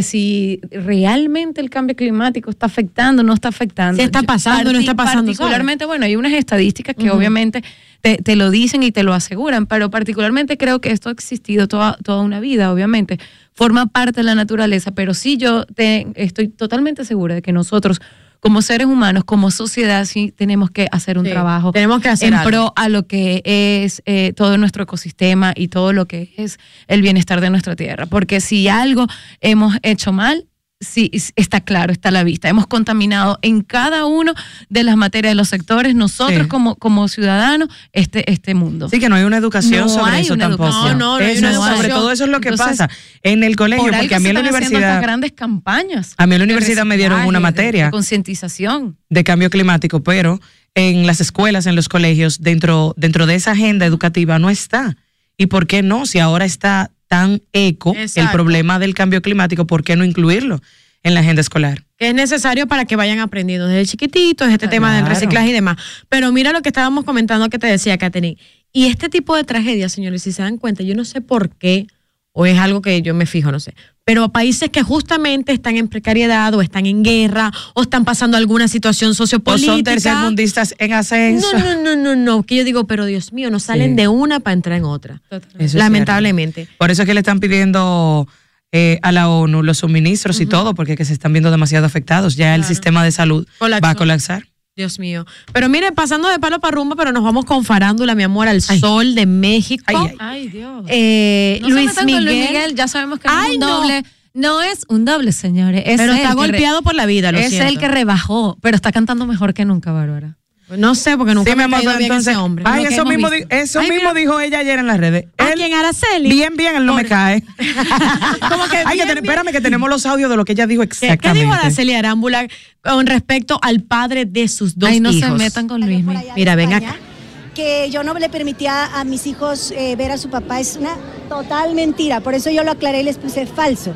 si realmente el cambio climático está afectando, no está afectando. Si está pasando, no está pasando. Particularmente, bueno, hay unas estadísticas que obviamente te lo dicen y te lo aseguran, pero particularmente creo que esto ha existido toda una vida, obviamente. Forma parte de la naturaleza, pero sí yo estoy totalmente segura de que nosotros, como seres humanos, como sociedad, sí tenemos que hacer un trabajo. Tenemos que hacer en pro a lo que es todo nuestro ecosistema y todo lo que es el bienestar de nuestra tierra. Porque si algo hemos hecho mal, sí, está claro, está a la vista. Hemos contaminado en cada uno de las materias de los sectores, nosotros como ciudadanos, este mundo. Sí, que no hay una educación sobre eso tampoco. Sobre todo eso es lo que pasa en el colegio, porque a mí en la universidad grandes campañas. A mí en la universidad me dieron una materia de concientización de cambio climático, pero en las escuelas, en los colegios, dentro de esa agenda educativa no está. ¿Y por qué no? Si ahora está tan eco el problema del cambio climático, ¿por qué no incluirlo en la agenda escolar? Que es necesario para que vayan aprendiendo desde chiquititos este tema del reciclaje y demás. Pero mira lo que estábamos comentando que te decía, Katherine. Y este tipo de tragedias, señores, si se dan cuenta, yo no sé por qué, o es algo que yo me fijo, no sé, pero países que justamente están en precariedad o están en guerra o están pasando alguna situación sociopolítica. O son tercermundistas en ascenso. No, que yo digo, pero Dios mío, no salen de una para entrar en otra. Eso lamentablemente. Por eso es que le están pidiendo a la ONU los suministros y todo, porque que se están viendo demasiado afectados. Ya el sistema de salud va a colapsar. Dios mío. Pero mire, pasando de palo para rumba, pero nos vamos con farándula, mi amor, al Sol de México. Ay, Dios. Luis Miguel, ya sabemos que no es un doble. No es un doble, señores. Pero está golpeado por la vida, lo siento. Es el que rebajó, pero está cantando mejor que nunca, Bárbara. No sé, porque nunca me ha caído bien ese hombre. Eso mismo dijo ella ayer en las redes. ¿A quién? Araceli. Bien, él no me cae. ¿Cómo que espérame, que tenemos los audios de lo que ella dijo exactamente. ¿Qué dijo Araceli Arámbula con respecto al padre de sus dos hijos? No se metan con Luis. Mira, ven acá. Que yo no le permitía a mis hijos ver a su papá es una total mentira. Por eso yo lo aclaré y les puse falso.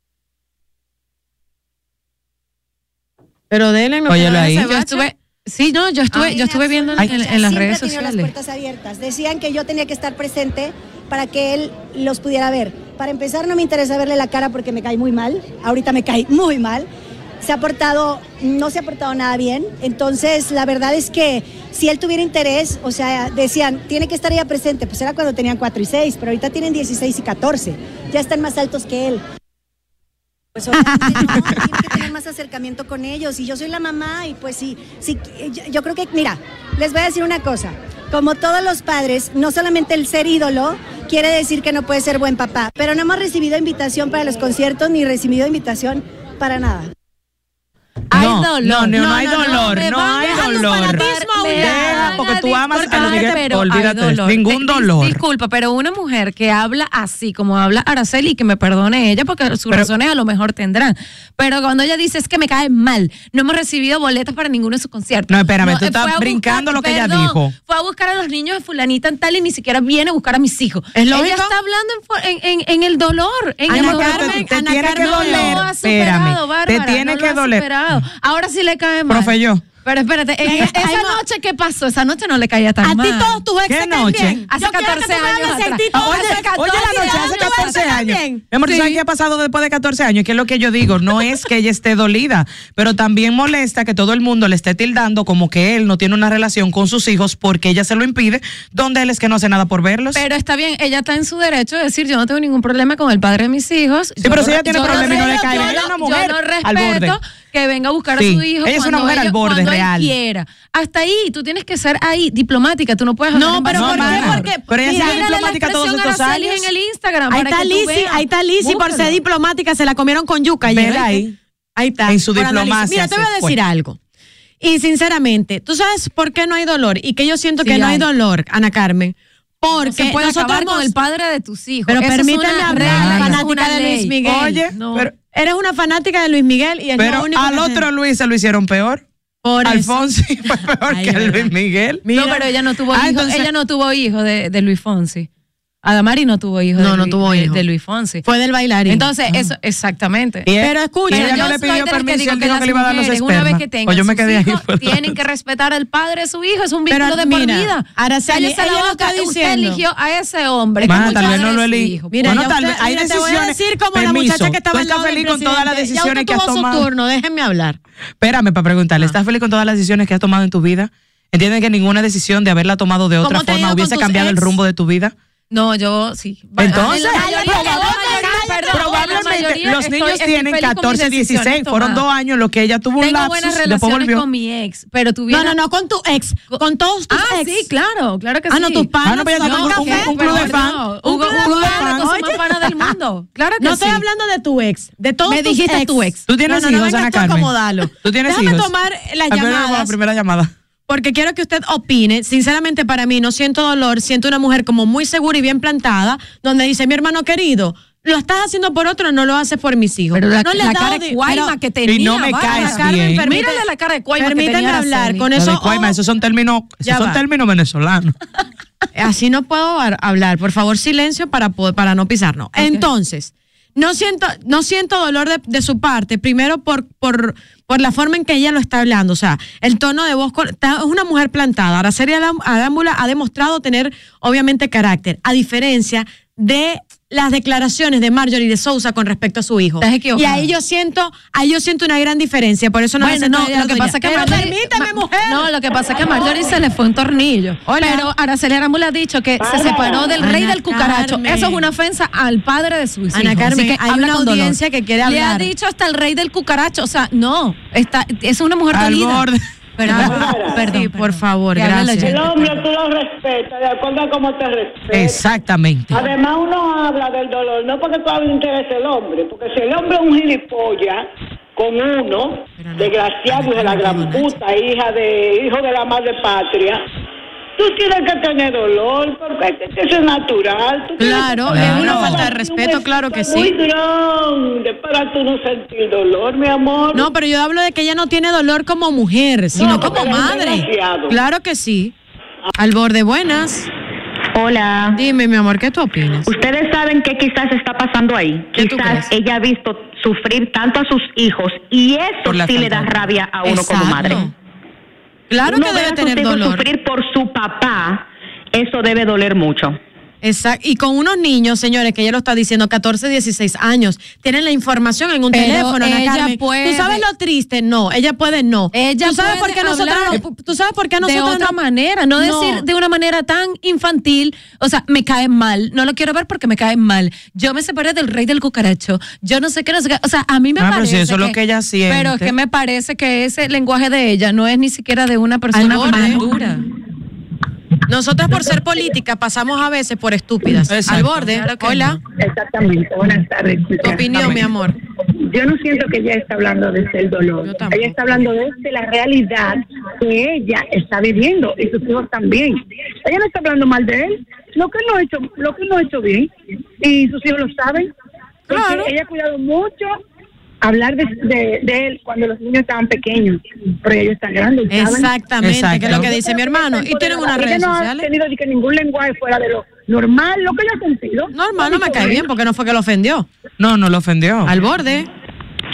Pero denle, óyelo ahí. Yo estuve viendo en las redes sociales. Siempre tenía las puertas abiertas. Decían que yo tenía que estar presente para que él los pudiera ver. Para empezar, no me interesa verle la cara porque me cae muy mal. Ahorita me cae muy mal. No se ha portado nada bien. Entonces, la verdad es que si él tuviera interés, o sea, decían, tiene que estar ella presente. Pues era cuando tenían 4 y 6, pero ahorita tienen 16 y 14. Ya están más altos que él. Pues obviamente no, tiene que tener más acercamiento con ellos. Y yo soy la mamá y pues sí, yo creo que, mira, les voy a decir una cosa. Como todos los padres, no solamente el ser ídolo quiere decir que no puede ser buen papá, pero no hemos recibido invitación para los conciertos ni recibido invitación para nada. No hay dolor. Deja, porque tú amas a Luis Miguel, olvídate, ningún dolor. Disculpa, pero una mujer que habla así, como habla Araceli, que me perdone ella, porque sus razones a lo mejor tendrán, pero cuando ella dice es que me cae mal, no hemos recibido boletas para ninguno de sus conciertos. No, espérame, tú estás brincando lo que ella dijo. Fue a buscar a los niños de fulanita en tal y ni siquiera viene a buscar a mis hijos. Ella está hablando en el dolor, en el dolor. Te tiene que doler, espérame, te tiene que doler. Ahora sí le cae mal. Profe, Pero espérate, esa noche, ¿qué pasó? Esa noche no le caía tan mal. A ti todos tus ex ¿Qué te noche? caen bien. Hace Yo quiero 14 que tú me años hables de atrás. ti todos. Oye, la noche hace 14 años. Mi amor, ¿tú sabes qué ha pasado después de 14 años? Que es lo que yo digo, no es que ella esté dolida, pero también molesta que todo el mundo le esté tildando como que él no tiene una relación con sus hijos porque ella se lo impide, donde él es que no hace nada por verlos. Pero está bien, ella está en su derecho de decir, yo no tengo ningún problema con el padre de mis hijos. Sí, pero si ella tiene problema y no le cae bien, ella es una mujer yo no al borde. respeto que venga a buscar a Sí, su hijo ella es una mujer al borde, cuando él real. quiera. Hasta ahí, tú tienes que ser ahí, diplomática, tú no puedes hablar No, en pero base ¿por a qué? nada. Porque Pero ella Mira, es diplomática la todos expresión estos Araceli años. en el Instagram. Ahí para está que tú Lizzy, veas. ahí está Lizzy por ser Búscalo. diplomática, se la comieron con yuca ayer. Vela ahí. Ahí está. En su por análisis. diplomacia Mira, te voy a se fue. decir algo. Y sinceramente, ¿tú sabes por qué no hay dolor? Y que yo siento Sí que no hay hay. dolor, Ana Carmen. No Porque se puede nosotros acabar con hemos- el padre de tus hijos. Pero Eso es permíteme una hablar, regla, eso es fanática una de Luis ley. Miguel. Oye, No. pero, Eres una fanática de Luis Miguel y es pero lo único al que te- otro Luis se lo hicieron peor. Por eso. Alfonso fue peor Ay, que verdad. Luis Miguel. Mira. No, pero ella no tuvo Ah, hijos. entonces- Ella no tuvo hijos de Luis Fonsi. Adamari no tuvo hijos. No, de no Luis- tuvo de- hijos. de Luis Fonsi. Fue del bailarín. Entonces, eso, exactamente. Y él- Pero escucha, y ella yo no le soy pidió de las que permiso, digo él que dijo las que le iba a dar los mujeres, una vez espermas. que tengan Pues yo me sus quedé ahí. hijos, por- tienen que respetar al padre de su hijo, es un Pero vínculo de mira, por vida. Araceli, Cállese la ella lo boca, está usted diciendo. eligió a ese hombre. Mana, como el tal vez padre no de lo su elegí. hijo. Mira, Bueno, ya tal usted- vez hay mira, te voy a decisiones. decir como la Permiso. muchacha que estaba ¿Tú al estás lado del feliz con todas las presidente. decisiones Ya que usted has tuvo su tomado? turno, déjenme hablar. Espérame para preguntarle, ¿estás feliz con todas las decisiones que has tomado en tu vida? ¿Entiendes que ninguna decisión de haberla tomado de otra ¿Cómo te ha ido forma con hubiese tus cambiado el ex? rumbo de tu vida? No, yo sí. Entonces, probablemente los niños tienen 14, 16, fueron 2 años en los que ella tuvo un Tengo lapsus, buenas después relaciones volvió. con mi ex, pero tuviera... No, con tu ex, con todos tus ex. sí, claro que Ah, sí. no, tus panas. no, pero ella toman tiene café. un club de fan. Un club de fan. fan. Somos panas del mundo. Claro que No sí. estoy hablando de tu ex, de todos Me tus dijiste ex. tu ex. ¿Tú tienes no, hijos, vengas Ana tú a Carmen? acomodarlo. ¿Tú tienes Déjame hijos? tomar las La llamadas. primera llamada. Porque quiero que usted opine. Sinceramente, para mí, no siento dolor. Siento una mujer como muy segura y bien plantada, donde dice, mi hermano querido, lo estás haciendo por otro, no lo haces por mis hijos. Pero la, no le la has dado cara de Guayma pero- que tenía. Y no me Bárbara. caes Carmen, bien. permíteme- Mírale la cara de Guayma que permíteme tenía hablar Araceli. con Lo eso. de Guayma, esos son términos venezolanos. Así no puedo hablar. Por favor, silencio para no pisarnos. Entonces, no siento dolor de su parte, primero por la forma en que ella lo está hablando. O sea, el tono de voz, es una mujer plantada. Araceli Arámbula ha demostrado tener, obviamente, carácter, a diferencia de las declaraciones de Marjorie de Sousa con respecto a su hijo. Estás equivocada. Y ahí yo siento una gran diferencia. Por eso no Bueno, me no, siento lo que pasa es que Pero Marjorie- permítame, mujer. No, lo que pasa es que a Marjorie se le fue un tornillo. Hola. Pero Araceli Arámbula ha dicho que se separó del rey Ana del cucaracho. Carmen. Eso es una ofensa al padre de sus hijos. Ana Carmen, Así que hay habla una con dolor. audiencia que quiere Le ha hablar. dicho hasta el rey del cucaracho. O sea, no, es una mujer Al dolida. borde. Sí, por favor, Que hable la gracias. gente. El hombre tú lo respetas, de acuerdo a cómo te respeta. Exactamente. Además, uno habla del dolor, no porque todavía le interese el hombre, porque si el hombre es un gilipollas con uno, desgraciado, hijo de la gran puta, hijo de la madre patria, tú tienes que tener dolor, porque eso es natural. Tú tienes Claro, que- es una falta de respeto, claro que Muy sí. grande para tú no sentir dolor, mi amor. No, pero yo hablo de que ella no tiene dolor como mujer, sino No, como porque es madre. desgraciado. Claro que sí. Al borde, buenas. Hola. Dime, mi amor, ¿qué tú opinas? Ustedes saben qué quizás está pasando ahí. ¿Qué tú Quizás crees? ella ha visto sufrir tanto a sus hijos y eso Por la sí le da falta de- rabia a uno Exacto. como madre. Claro Uno que ver debe a sus tener hijos dolor. sufrir por su papá, eso debe doler mucho. Exacto. Y con unos niños, señores, que ella lo está diciendo, 14, 16 años, tienen la información en un Pero teléfono, Ana ella Carmen. puede. ¿Tú sabes lo triste? No, ella puede no. Ella ¿Tú sabes por puede qué nosotros hablar no? ¿Tú sabes por qué de nosotros otra no? manera, no decir de una manera tan infantil, o sea, me cae mal, no lo quiero ver porque me cae mal. Yo me separé del rey del cucaracho, yo no sé qué, o sea, a mí me pero parece si eso es lo que ella siente. Pero es que me parece que ese lenguaje de ella no es ni siquiera de una persona Al borde. madura. Nosotras por ser política pasamos a veces por estúpidas. Exacto. Al borde. Claro que Hola. Exactamente. Buenas tardes. Tu opinión, mi amor. Yo no siento que ella está hablando desde el dolor. Yo tampoco. Ella está hablando desde la realidad que ella está viviendo y sus hijos también. Ella no está hablando mal de él. Lo que él no ha hecho bien y sus hijos lo saben. Porque Claro. ella ha cuidado mucho hablar de él cuando los niños estaban pequeños, pero ellos están grandes. ¿saben? Exactamente, Exacto. que es lo que dice mi hermano. Y tienen unas redes Ella no ha sociales. tenido ni que ningún lenguaje fuera de lo normal, lo que ella ha sentido. Normal, no me cae bien porque no fue que lo ofendió. No lo ofendió. Al borde.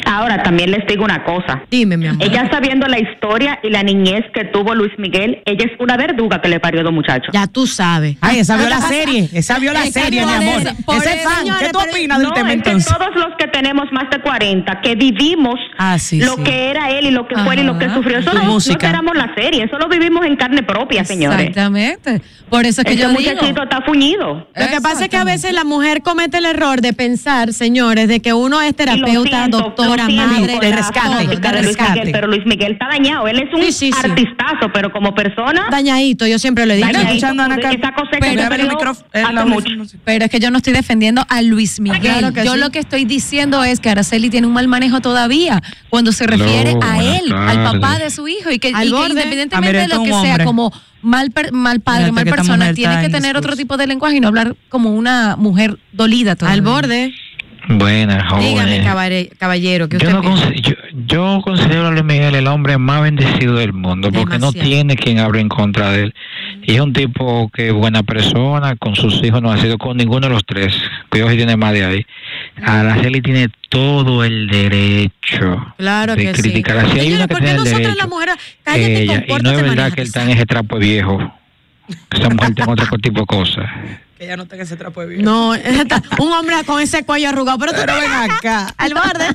Ahora, también les digo una cosa. Dime, mi amor. Ella sabiendo la historia y la niñez que tuvo Luis Miguel, ella es una verduga que le parió 2 muchachos. Ya tú sabes. Ay, esa vio la serie. Esa vio la serie, mi amor. Ese fan. ¿Qué tú opinas del tema entonces? Todos los que tenemos más de 40, que vivimos lo que era él y lo que fue él y lo que sufrió, eso no esperamos la serie, eso lo vivimos en carne propia, señores. Exactamente. Por eso es que yo digo. muchachito está fuñido. Lo que pasa es que a veces la mujer comete el error de pensar, señores, de que uno es terapeuta, doctora, madre, de rescate. Pero Luis Miguel está dañado. Él es un artistazo, pero como persona dañadito, yo siempre lo he dicho. Escuchando a Ana esa cosecha que perdió hace mucho. Pero es que yo no estoy defendiendo a Luis Miguel. Claro que yo sí. lo que estoy diciendo es que Araceli tiene un mal manejo todavía cuando se refiere a él, al papá de su hijo, y que independientemente de lo que sea, como mal padre, mal persona, tiene que tener otro tipo de lenguaje y no hablar como una mujer dolida todavía. Al borde. Buenas, jóvenes. Dígame, caballero, que usted yo considero a Luis Miguel el hombre más bendecido del mundo, porque no tiene quien hable en contra de él. Y es un tipo que es buena persona, con sus hijos no ha sido con ninguno de los tres, que hoy tiene más de ahí. Araceli tiene todo el derecho de criticar. Así hay una que tiene el derecho, la mujer, cállate, ella, y no es verdad que él está en ese trapo de viejo. Esa mujer tiene otro tipo de cosas. Que ella no tenga ese trapo de viejo. No, un hombre con ese cuello arrugado, pero tú no ven acá, al borde.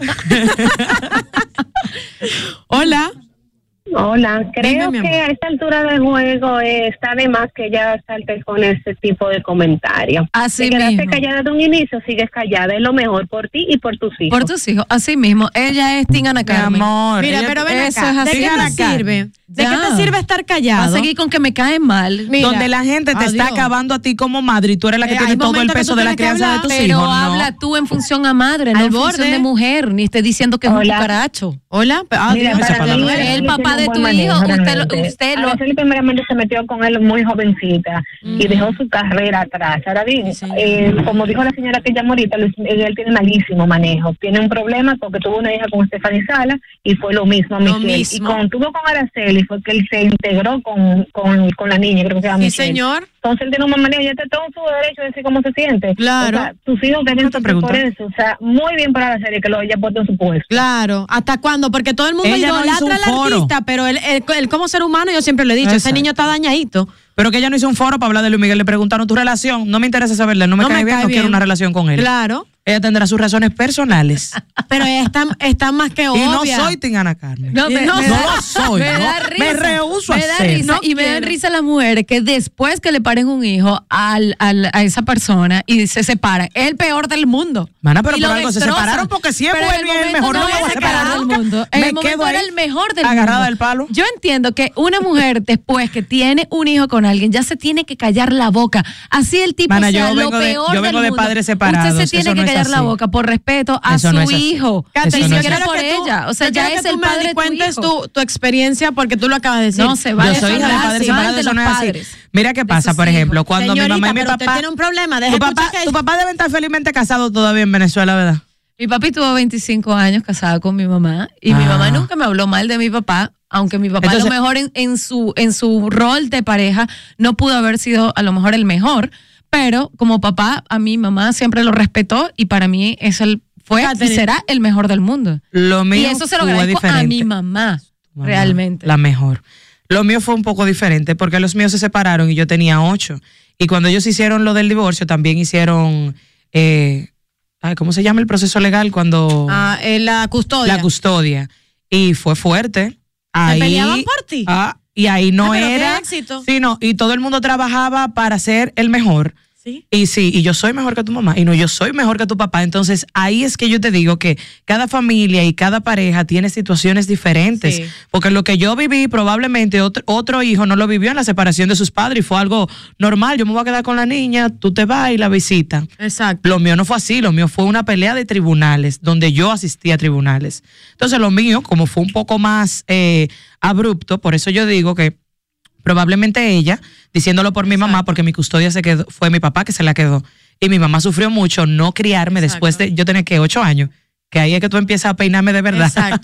Hola. Hola, creo que a esta altura del juego está de más que ella salte con ese tipo de comentarios. Así te quedaste mismo. callada de un inicio, sigues callada, es lo mejor por ti y por tus hijos. Por tus hijos, así mismo. Ella es Tina Carmen. amor. Mira, pero ven eso acá, es así. ¿de qué te sirve? ¿De qué te sirve estar Va a callado? seguir con que me cae mal. Mira, donde la gente te está acabando a ti como madre y tú eres la que tiene hay todo el momentos que peso tú de la tienes que crianza de hablar. tus Pero hijos. No. habla tú en función a madre, no Al en función borde. de mujer, ni esté diciendo que es un cucaracho. Hola, Mira, esa para palabra. mí, El él papá tiene de un tu buen hijo, manejo, usted realmente. lo Araceli primeramente se metió con él muy jovencita y dejó su carrera atrás. Ahora bien, como dijo la señora que llamó ahorita, él tiene malísimo manejo. Tiene un problema porque tuvo una hija con Stephanie Sala y fue lo mismo a Michelle. Y cuando tuvo con Araceli fue que él se integró con la niña, creo que se llama Michelle. señor. Entonces él tiene un buen manejo y ya todo su derecho de decir cómo se siente. Claro. O sea, tus hijos deben sufrir por eso. O sea, muy bien para Araceli que lo haya puesto en su puesto. Claro, ¿hasta cuándo? Porque todo el mundo Ella no hizo idolatra un al foro. artista, pero él como ser humano, yo siempre lo he dicho, ese Exacto. niño está dañadito. Pero que ella no hizo un foro para hablar de Luis Miguel. Le preguntaron tu relación. No me interesa saberle. No me cae bien. No quiero una relación con él. Claro. Ella tendrá sus razones personales. Pero ella está más que obvia. Y no soy Tina Carmen. No, no lo soy. Me ¿no? da risa. Me rehúso a Me da ser. risa, y me dan risa las mujeres que después que le paren un hijo a esa persona y se separan, es el peor del mundo. Mana, pero Y por lo algo se destrozan. separaron porque si es Pero bueno en y es el momento mejor, no no lo voy a era el separar. peor del mundo. En Me el momento quedo era ahí, el mejor del agarrada mundo. del palo. Yo entiendo que una mujer después que tiene un hijo con alguien ya se tiene que callar la boca. Así el tipo Mana, sea yo lo vengo de- peor yo vengo del de mundo. padres separados, Usted se tiene eso que no es callar la así. boca por respeto a Eso su no es así. hijo. Cate, Ni yo siquiera quiero por que tú- ella. O sea, yo ya quiero es que el tú me padre de tu cuentes hijo. tu experiencia porque tú lo acabas de decir. No se vale. Yo soy hija de padres separados, eso no es así. Mira qué pasa, por ejemplo, cuando Señorita, mi mamá y mi pero usted papá. tiene un problema. Tu papá debe estar felizmente casado todavía en Venezuela, ¿verdad? Mi papi tuvo 25 años casado con mi mamá y mi mamá nunca me habló mal de mi papá, aunque mi papá Entonces, a lo mejor en su rol de pareja no pudo haber sido a lo mejor el mejor, pero como papá a mi mamá siempre lo respetó y para mí fue y será el mejor del mundo. Lo mío Y eso se lo fue agradezco a diferente. mi mamá, realmente. La mejor. Lo mío fue un poco diferente porque los míos se separaron y yo tenía 8. Y cuando ellos hicieron lo del divorcio, también hicieron, ¿cómo se llama el proceso legal? Cuando la custodia. La custodia. Y fue fuerte. ¿Se peleaban por ti? Y ahí no pero qué era. éxito. Sí, no, y todo el mundo trabajaba para ser el mejor. Sí. Y yo soy mejor que tu mamá, y no, yo soy mejor que tu papá. Entonces, ahí es que yo te digo que cada familia y cada pareja tiene situaciones diferentes. Sí. Porque lo que yo viví, probablemente otro hijo no lo vivió en la separación de sus padres y fue algo normal. Yo me voy a quedar con la niña, tú te vas y la visitas. Exacto. Lo mío no fue así, lo mío fue una pelea de tribunales, donde yo asistí a tribunales. Entonces, lo mío, como fue un poco más abrupto, por eso yo digo que probablemente ella, diciéndolo por mi mamá, porque mi custodia fue mi papá que se la quedó. Y mi mamá sufrió mucho no criarme después de, yo tenía que 8 años, que ahí es que tú empiezas a peinarme de verdad. Exacto.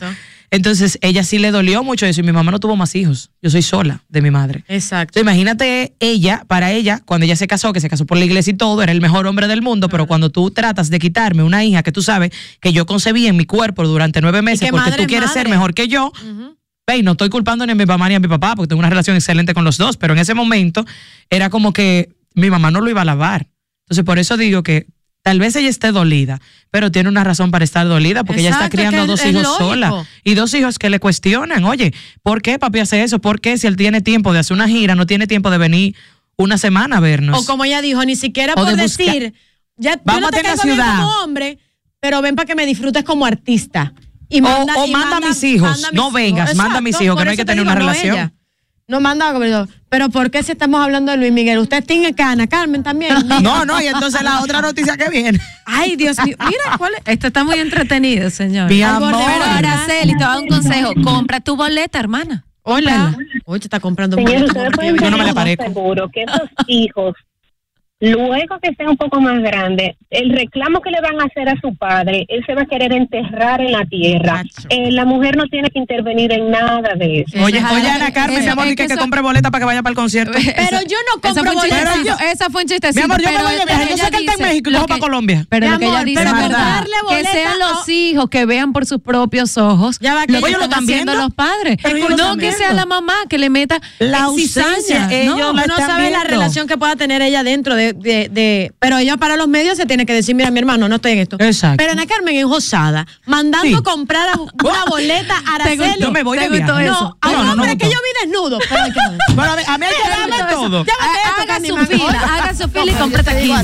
Entonces, ella sí le dolió mucho eso y mi mamá no tuvo más hijos. Yo soy sola de mi madre. Exacto. Entonces, imagínate para ella, cuando ella se casó, que se casó por la iglesia y todo, era el mejor hombre del mundo, pero cuando tú tratas de quitarme una hija que tú sabes que yo concebí en mi cuerpo durante 9 meses porque tú quieres ser mejor que yo, no estoy culpando ni a mi mamá ni a mi papá porque tengo una relación excelente con los dos, pero en ese momento era como que mi mamá no lo iba a lavar. Entonces, por eso digo que tal vez ella esté dolida, pero tiene una razón para estar dolida porque ella está criando 2 hijos sola y 2 hijos que le cuestionan, oye, ¿por qué papi hace eso? ¿Por qué si él tiene tiempo de hacer una gira, no tiene tiempo de venir una semana a vernos? O como ella dijo, ni siquiera por decir, ya vamos a tener la ciudad como hombre, pero ven para que me disfrutes como artista. Y manda a mis hijos, no vengas, manda a mis hijos, que no hay que tener una relación. No manda, pero ¿por qué si estamos hablando de Luis Miguel? ¿Usted tiene que Ana Carmen también? No, y entonces la otra noticia que viene. Ay, Dios mío, mira, ¿cuál es? Esto está muy entretenido, señor. Mi amor. Pero Araceli, te voy a dar un consejo. Compra tu boleta, hermana. Hola. Hoy te está comprando Señor, boleta. ustedes pueden Yo no me la estar parezco. seguro que esos hijos, luego que sea un poco más grande, el reclamo que le van a hacer a su padre, él se va a querer enterrar en la tierra. La mujer no tiene que intervenir en nada de eso. Oye, Ana Carmen, mi amor, que compre boleta para que vaya para el concierto. Pero yo no compro boleta. Esa fue un chistecito. Mi amor, yo me voy de viaje. Yo sé que él está en México y yo voy para Colombia. Pero lo que ella dice es verdad. Que sean los hijos que vean por sus propios ojos lo que están haciendo los padres. No que sea la mamá que le meta la cizaña. No sabe la relación que pueda tener ella dentro de pero ella para los medios se tiene que decir, mira, mi hermano, no estoy en esto. Exacto. Pero Ana Carmen enjosada, mandando comprar una boleta a Araceli. Yo me voy de viaje. No, a un hombre que yo vi desnudo. Pero a mí hay que darme todo. Haga su fila y compre taquilla.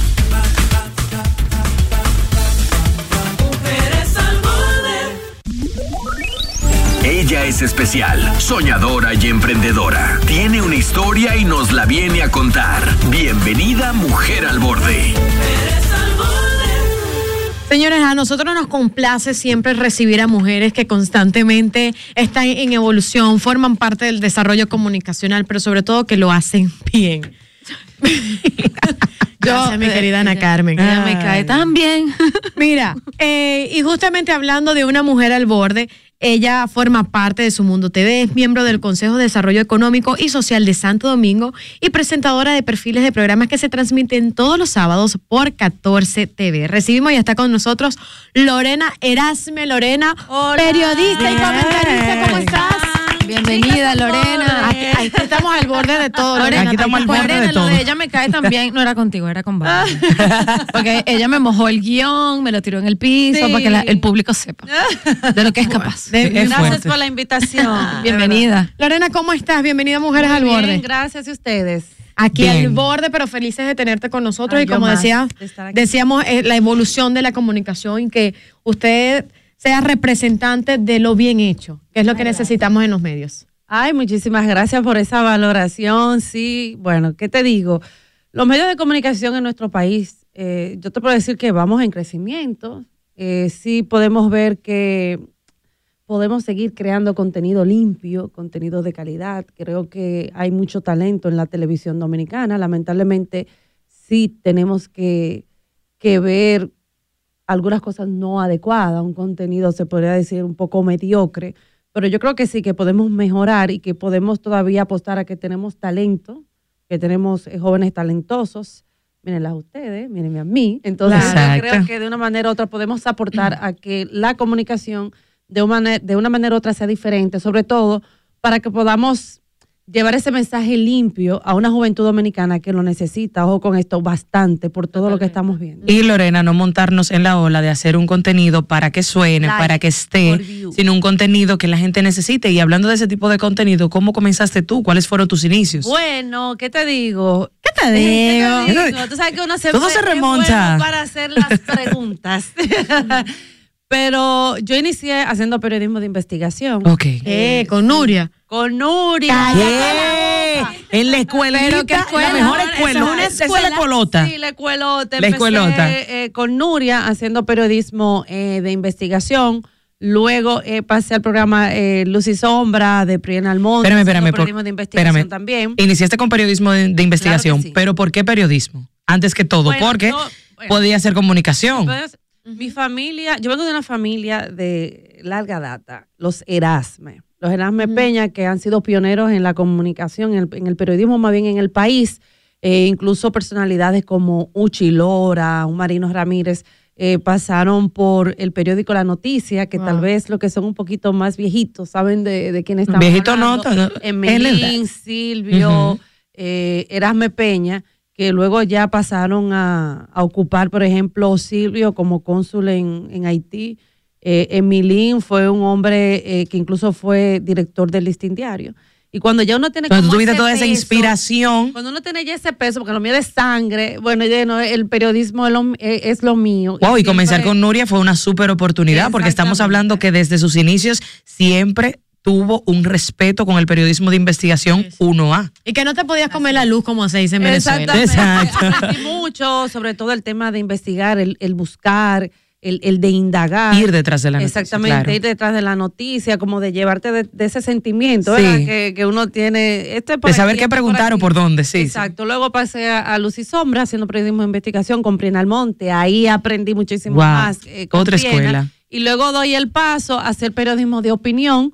Ella es especial, soñadora y emprendedora. Tiene una historia y nos la viene a contar. Bienvenida, Mujer al Borde. Señores, a nosotros nos complace siempre recibir a mujeres que constantemente están en evolución, forman parte del desarrollo comunicacional, pero sobre todo que lo hacen bien. Gracias, mi querida Ana Carmen. Ella me cae tan bien. Mira, y justamente hablando de una mujer al borde, ella forma parte de Su Mundo TV, es miembro del Consejo de Desarrollo Económico y Social de Santo Domingo y presentadora de perfiles de programas que se transmiten todos los sábados por 14 TV. Recibimos y está con nosotros Lorena Erasme. Lorena, hola, periodista y comentarista, ¿cómo estás? Bienvenida, Lorena. Aquí estamos al borde de todo. Lorena, aquí estamos al borde de todo. Lo de ella me cae también, no era contigo, era con Bárbara. Porque ella me mojó el guión, me lo tiró en el piso para que el público sepa de lo que es capaz. Gracias por la invitación. Bienvenida. Lorena, ¿cómo estás? Bienvenida a Mujeres al Borde. Bien, gracias a ustedes. Aquí al borde, pero felices de tenerte con nosotros. Ay, y como decíamos, la evolución de la comunicación y que usted sea representante de lo bien hecho, que es lo que necesitamos en los medios. Ay, muchísimas gracias por esa valoración. Sí, bueno, ¿qué te digo? Los medios de comunicación en nuestro país, yo te puedo decir que vamos en crecimiento. Sí podemos ver que podemos seguir creando contenido limpio, contenido de calidad. Creo que hay mucho talento en la televisión dominicana. Lamentablemente, sí tenemos que ver algunas cosas no adecuadas, un contenido se podría decir un poco mediocre, pero yo creo que sí, que podemos mejorar y que podemos todavía apostar a que tenemos talento, que tenemos jóvenes talentosos. Mírenlas a ustedes, mírenme a mí. Entonces, yo creo que de una manera u otra podemos aportar a que la comunicación de una manera u otra sea diferente, sobre todo para que podamos llevar ese mensaje limpio a una juventud dominicana que lo necesita, ojo con esto, bastante por todo lo que estamos viendo. Y Lorena, no montarnos en la ola de hacer un contenido para que suene, para que esté, sino un contenido que la gente necesite. Y hablando de ese tipo de contenido, ¿cómo comenzaste tú? ¿Cuáles fueron tus inicios? Bueno, ¿qué te digo? ¿Qué te digo? Tú sabes que uno todo se remonta para hacer las preguntas. Pero yo inicié haciendo periodismo de investigación. Ok. Con Nuria. Con Nuria. En la escuelita, la mejor escuela. Esa es la escuelota. Sí, la escuelota. La escuelota. Con Nuria haciendo periodismo de investigación. Luego pasé al programa Luz y Sombra de Priena Almonte. Espérame. Periodismo de investigación también. Iniciaste con periodismo de investigación, claro sí. Pero ¿por qué periodismo? Antes que todo, porque podía ser comunicación. Mi familia, yo vengo de una familia de larga data, los Erasme Peña, que han sido pioneros en la comunicación, en el periodismo más bien en el país, incluso personalidades como Uchi Lora, un Marino Ramírez, pasaron por el periódico La Noticia, que tal vez los que son un poquito más viejitos saben de quién estamos Viejito hablando. no, Emelín, Silvio, Erasme Peña, que luego ya pasaron a ocupar, por ejemplo, Silvio como cónsul en Haití. Emilín fue un hombre que incluso fue director del Listín Diario. Y cuando ya uno tiene Entonces, como tú tuviste ese toda esa peso, inspiración. cuando uno tiene ya ese peso, porque lo mío es sangre, bueno, ya no, el periodismo es lo mío. Wow, y siempre- comenzar con Nuria fue una súper oportunidad, porque estamos hablando que desde sus inicios siempre tuvo un respeto con el periodismo de investigación 1A. Y que no te podías comer la luz como se dice en Venezuela. Exactamente. Aprendí mucho, sobre todo el tema de investigar, el buscar, el de indagar. Ir detrás de la noticia. Exactamente, claro. ir detrás de la noticia, como de llevarte de ese sentimiento, Sí. ¿verdad? Que uno tiene. Este por De saber aquí, qué este preguntar o aquí. por dónde, sí. Exacto. Luego pasé a Luz y Sombra haciendo periodismo de investigación con Prina Almonte. Ahí aprendí muchísimo Wow. más. Con Otra Priena. escuela. Y luego doy el paso a hacer periodismo de opinión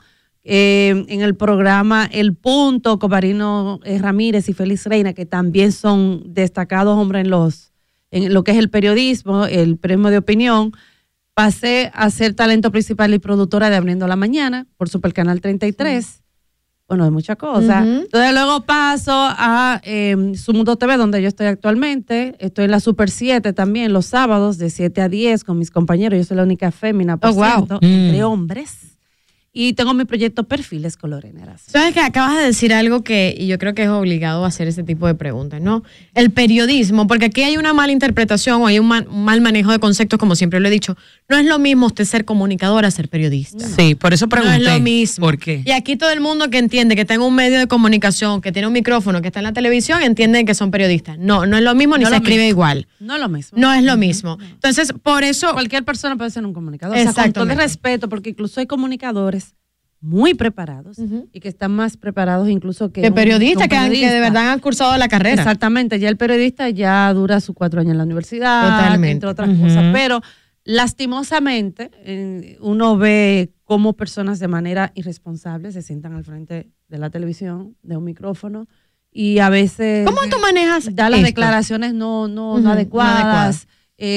en el programa El Punto, con Marino Ramírez y Félix Reina, que también son destacados hombres en lo que es el periodismo de opinión. Pasé a ser talento principal y productora de Abriendo la Mañana por Supercanal 33. Bueno, de muchas cosas. Entonces luego paso a Su Mundo TV, donde yo estoy actualmente. Estoy en la Super 7 también, los sábados de 7 a 10 con mis compañeros. Yo soy la única fémina, por ciento, entre hombres. Y tengo mi proyecto Perfiles con Lorena Erasme. Sabes que acabas de decir algo y yo creo que es obligado a hacer ese tipo de preguntas, ¿no? El periodismo, porque aquí hay una mala interpretación o hay un mal manejo de conceptos, como siempre lo he dicho. No es lo mismo usted ser comunicadora, ser periodista. Sí, por eso pregunté. No es lo mismo. ¿Por qué? Y aquí todo el mundo que entiende que está en un medio de comunicación, que tiene un micrófono, que está en la televisión, entiende que son periodistas. No es lo mismo ni No se lo escribe mismo. igual. No es lo mismo. No es lo mismo. Entonces, por eso... Cualquier persona puede ser un comunicador. O sea, con todo el Exactamente. respeto, porque incluso hay comunicadores muy preparados y que están más preparados incluso que periodistas un que de verdad han cursado la carrera. Exactamente, ya el periodista ya dura sus 4 años en la universidad, Totalmente. entre otras cosas, pero lastimosamente uno ve cómo personas de manera irresponsable se sientan al frente de la televisión, de un micrófono, y a veces ¿Cómo tú manejas da las esto? declaraciones no Ujú, adecuadas,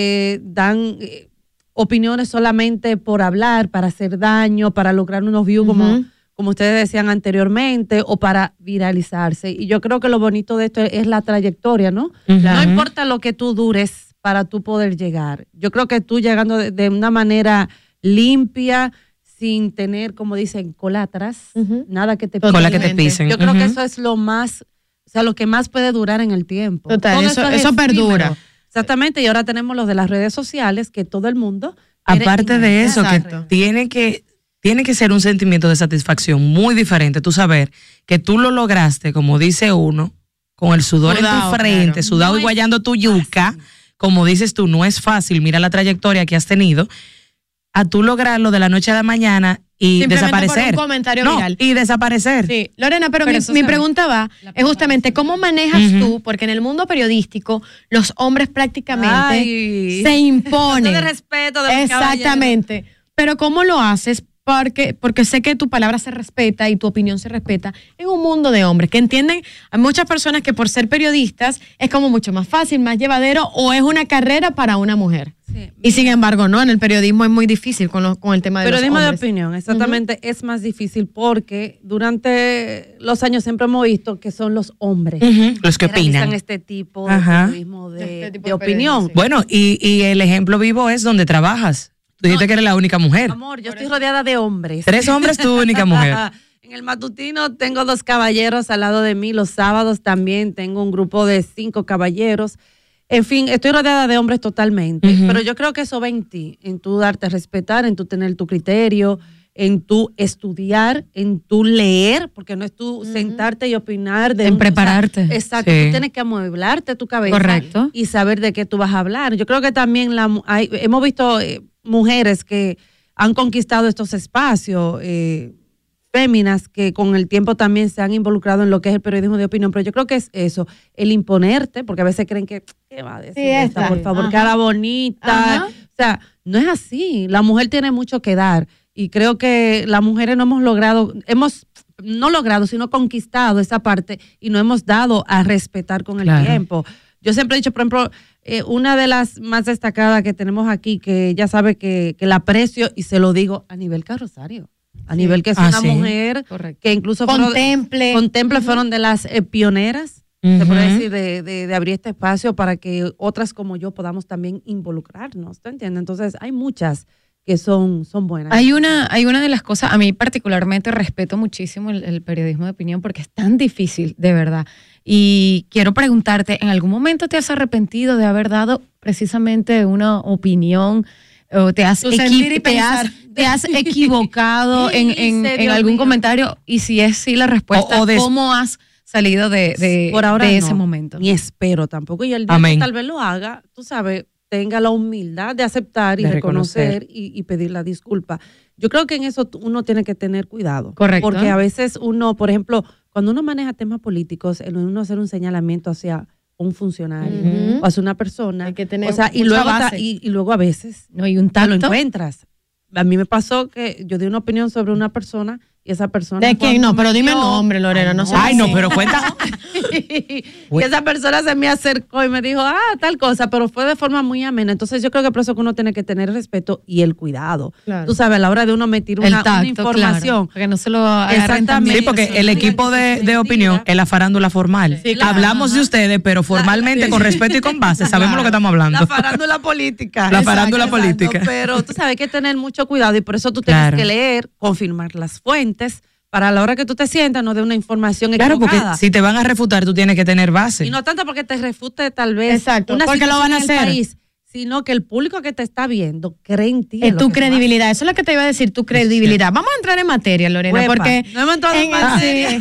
dan opiniones solamente por hablar, para hacer daño, para lograr unos views como ustedes decían anteriormente, o para viralizarse. Y yo creo que lo bonito de esto es la trayectoria, ¿no? No importa lo que tú dures para tú poder llegar. Yo creo que tú llegando de una manera limpia, sin tener, como dicen, cola atrás, nada que te Cola que te pisen. Yo creo que Ujú. eso es lo más, o sea, lo que más puede durar en el tiempo. Total, Todo eso es perdura. efímero. Exactamente, y ahora tenemos los de las redes sociales, que todo el mundo... quiere Aparte de eso, que inmediato. tiene que ser un sentimiento de satisfacción muy diferente. Tú saber que tú lo lograste, como dice uno, con el sudor en Sudado, tu frente, claro. sudado No y es guayando tu yuca. Como dices tú, no es fácil. Mira la trayectoria que has tenido. A tú lograrlo de la noche a la mañana y Simplemente desaparecer. por un comentario No, viral. y desaparecer. Sí, Lorena, pero eso mi se ve. pregunta va, es justamente, ¿cómo manejas tú? Porque en el mundo periodístico, los hombres prácticamente Ay. se imponen. De respeto, de los Exactamente. Pero ¿cómo lo haces? Porque sé que tu palabra se respeta y tu opinión se respeta en un mundo de hombres que entienden, hay muchas personas que por ser periodistas es como mucho más fácil, más llevadero, o es una carrera para una mujer. Y sin embargo, no, en el periodismo es muy difícil con el tema de Periodismo los de hombres. opinión, exactamente, es más difícil porque durante los años siempre hemos visto que son los hombres Los que realizan opinan. este tipo de Ajá. periodismo de opinión. Bueno, y el ejemplo vivo es donde trabajas. Tú dijiste que eres la única mujer. Amor, yo estoy rodeada de hombres. 3 hombres, tú única mujer. En el matutino tengo 2 caballeros al lado de mí. Los sábados también tengo un grupo de 5 caballeros. En fin, estoy rodeada de hombres totalmente. Pero yo creo que eso va en ti, en tú darte a respetar, en tú tener tu criterio, en tú estudiar, en tú leer, porque no es tú sentarte y opinar. En prepararte. Exacto, Sí. tú tienes que amueblarte tu cabeza. Correcto. Y saber de qué tú vas a hablar. Yo creo que también hemos visto mujeres que han conquistado estos espacios, féminas que con el tiempo también se han involucrado en lo que es el periodismo de opinión, pero yo creo que es eso, el imponerte, porque a veces creen que, ¿qué va a decir esta? Por favor, Ajá. cara bonita. Ajá. O sea, no es así. La mujer tiene mucho que dar Y creo que las mujeres no hemos logrado, sino conquistado esa parte y no hemos dado a respetar con el tiempo. Yo siempre he dicho, por ejemplo, una de las más destacadas que tenemos aquí, que ella sabe que la aprecio y se lo digo a nivel Rosario. A nivel que es una mujer que incluso Contemple fueron de las pioneras, se puede decir, de abrir este espacio para que otras como yo podamos también involucrarnos, ¿tú entiendes? Entonces hay muchas que son buenas. Hay una de las cosas, a mí particularmente respeto muchísimo el periodismo de opinión porque es tan difícil, de verdad. Y quiero preguntarte, ¿en algún momento te has arrepentido de haber dado precisamente una opinión o te has equivocado en algún comentario? Y si es sí la respuesta, ¿cómo has salido de por ahora ese no, momento? Ni espero tampoco. Y el día que tal vez lo haga, tú sabes, tenga la humildad de aceptar y de reconocer y pedir la disculpa. Yo creo que en eso uno tiene que tener cuidado. Correcto. Porque a veces uno, por ejemplo, cuando uno maneja temas políticos, el uno hacer un señalamiento hacia un funcionario o hacia una persona, hay que tener y luego a veces no hay un tacto. lo encuentras. A mí me pasó que yo di una opinión sobre una persona y esa persona... ¿De quién? No, pero dime el nombre, Lorena. No sé. Ay, no, pero cuenta. Y esa persona se me acercó y me dijo, tal cosa, pero fue de forma muy amena. Entonces yo creo que por eso que uno tiene que tener el respeto y el cuidado. Claro. Tú sabes, a la hora de uno meter una información. Claro, que no se lo agarren también. Sí, porque el equipo de opinión es la farándula formal. Sí, claro. Hablamos de ustedes, pero formalmente, con respeto y con base, sabemos lo que estamos hablando. La farándula política. La farándula política. Pero tú sabes, hay que tener mucho cuidado y por eso tú tienes que leer, confirmar las fuentes, para a la hora que tú te sientas no de una información equivocada. Claro, porque si te van a refutar, tú tienes que tener base. Y no tanto porque te refute tal vez una porque lo van a hacer, país, sino que el público que te está viendo cree en ti. Es tu credibilidad, eso es lo que te iba a decir, tu credibilidad. Vamos a entrar en materia, Lorena, porque... No hemos entrado en materia.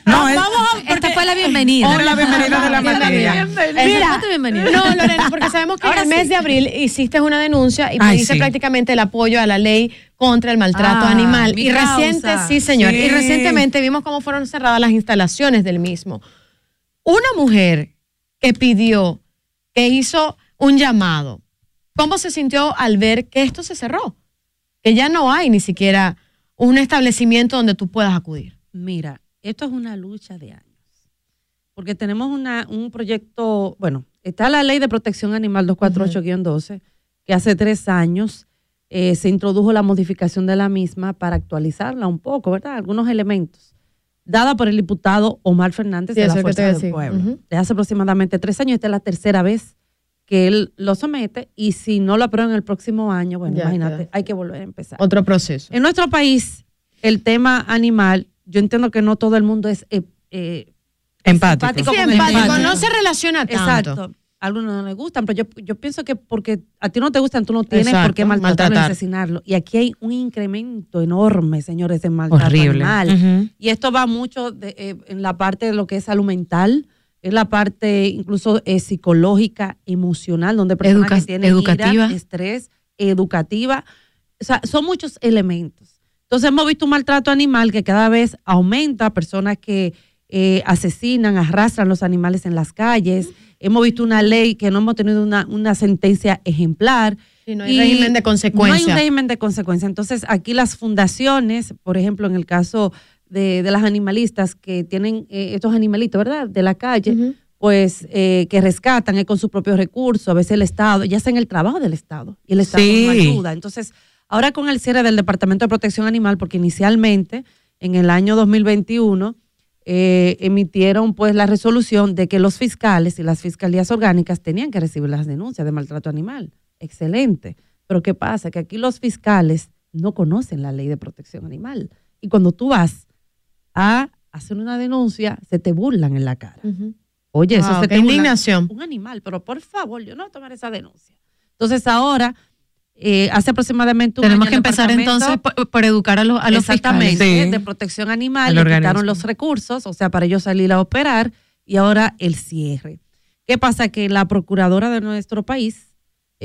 Esta fue la bienvenida. Es la bienvenida de la materia. Mira, no, Lorena, porque sabemos que en el mes de abril hiciste una denuncia y pediste prácticamente el apoyo a la ley contra el maltrato animal. Y recientemente vimos cómo fueron cerradas las instalaciones del mismo. Una mujer que pidió, que hizo un llamado, ¿cómo se sintió al ver que esto se cerró? Que ya no hay ni siquiera un establecimiento donde tú puedas acudir. Mira, esto es una lucha de años. Porque tenemos un proyecto, está la Ley de Protección Animal 248-12, que hace 3 años se introdujo la modificación de la misma para actualizarla un poco, ¿verdad? Algunos elementos. Dada por el diputado Omar Fernández de la Fuerza del Pueblo. De hace aproximadamente 3 años, esta es la tercera vez que él lo somete y si no lo aprueban el próximo año, imagínate, hay que volver a empezar. Otro proceso. En nuestro país, el tema animal, yo entiendo que no todo el mundo es empático. Sí, empático, no se relaciona tanto. Exacto. A algunos no les gustan, pero yo pienso que porque a ti no te gustan, tú no tienes por qué maltratarlo y asesinarlo. Y aquí hay un incremento enorme, señores, de maltrato animal. Y esto va mucho en la parte de lo que es salud mental, es la parte incluso psicológica, emocional, donde personas que tienen ira, estrés, educativa. O sea, son muchos elementos. Entonces hemos visto un maltrato animal que cada vez aumenta, personas que asesinan, arrastran los animales en las calles. Hemos visto una ley que no hemos tenido una sentencia ejemplar. Sí, no hay régimen de consecuencia. No hay un régimen de consecuencia. Entonces aquí las fundaciones, por ejemplo, en el caso de las animalistas que tienen estos animalitos, ¿verdad? De la calle, pues que rescatan con sus propios recursos, a veces el Estado, ya hacen el trabajo del Estado y el Estado no ayuda. Entonces, ahora con el cierre del Departamento de Protección Animal, porque inicialmente en el año 2021 emitieron pues la resolución de que los fiscales y las fiscalías orgánicas tenían que recibir las denuncias de maltrato animal. Excelente. Pero ¿qué pasa? Que aquí los fiscales no conocen la ley de protección animal. Y cuando tú vas a hacer una denuncia, se te burlan en la cara. Oye, eso se te burla. Indignación. Un animal, pero por favor, yo no voy a tomar esa denuncia. Entonces ahora, hace aproximadamente un tenemos año que empezar entonces por educar a los exactamente, fiscales. De protección animal, le quitaron los recursos, o sea, para ellos salir a operar, y ahora el cierre. ¿Qué pasa? Que la procuradora de nuestro país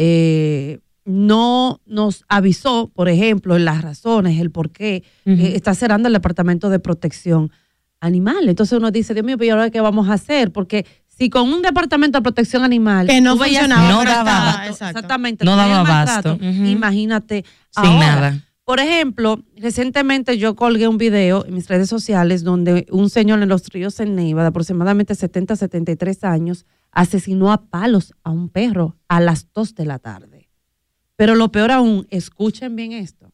no nos avisó, por ejemplo, las razones, el por qué está cerrando el Departamento de Protección Animal. Entonces uno dice, Dios mío, pero ¿ahora qué vamos a hacer? Porque si con un Departamento de Protección Animal que no funcionaba, no daba abasto, exactamente, no daba abasto, imagínate sin ahora. nada. Por ejemplo, recientemente yo colgué un video en mis redes sociales donde un señor en Los Ríos, en Neiva, de aproximadamente 70 a 73 años, asesinó a palos a un perro a las 2 de la tarde. Pero lo peor aún, escuchen bien esto.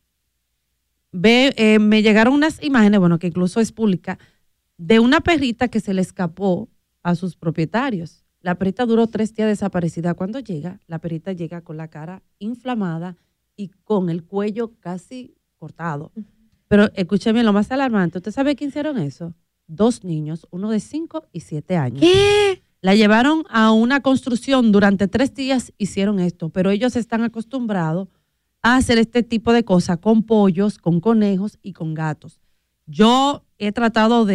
Me llegaron unas imágenes, bueno, que incluso es pública, de una perrita que se le escapó a sus propietarios. La perrita duró 3 días desaparecida. Cuando llega, la perrita llega con la cara inflamada y con el cuello casi cortado. Pero escúcheme, lo más alarmante, ¿usted sabe quién hicieron eso? 2 niños, uno de 5 y 7 años. ¿Qué? La llevaron a una construcción, durante 3 días hicieron esto, pero ellos están acostumbrados a hacer este tipo de cosas con pollos, con conejos y con gatos. Yo he tratado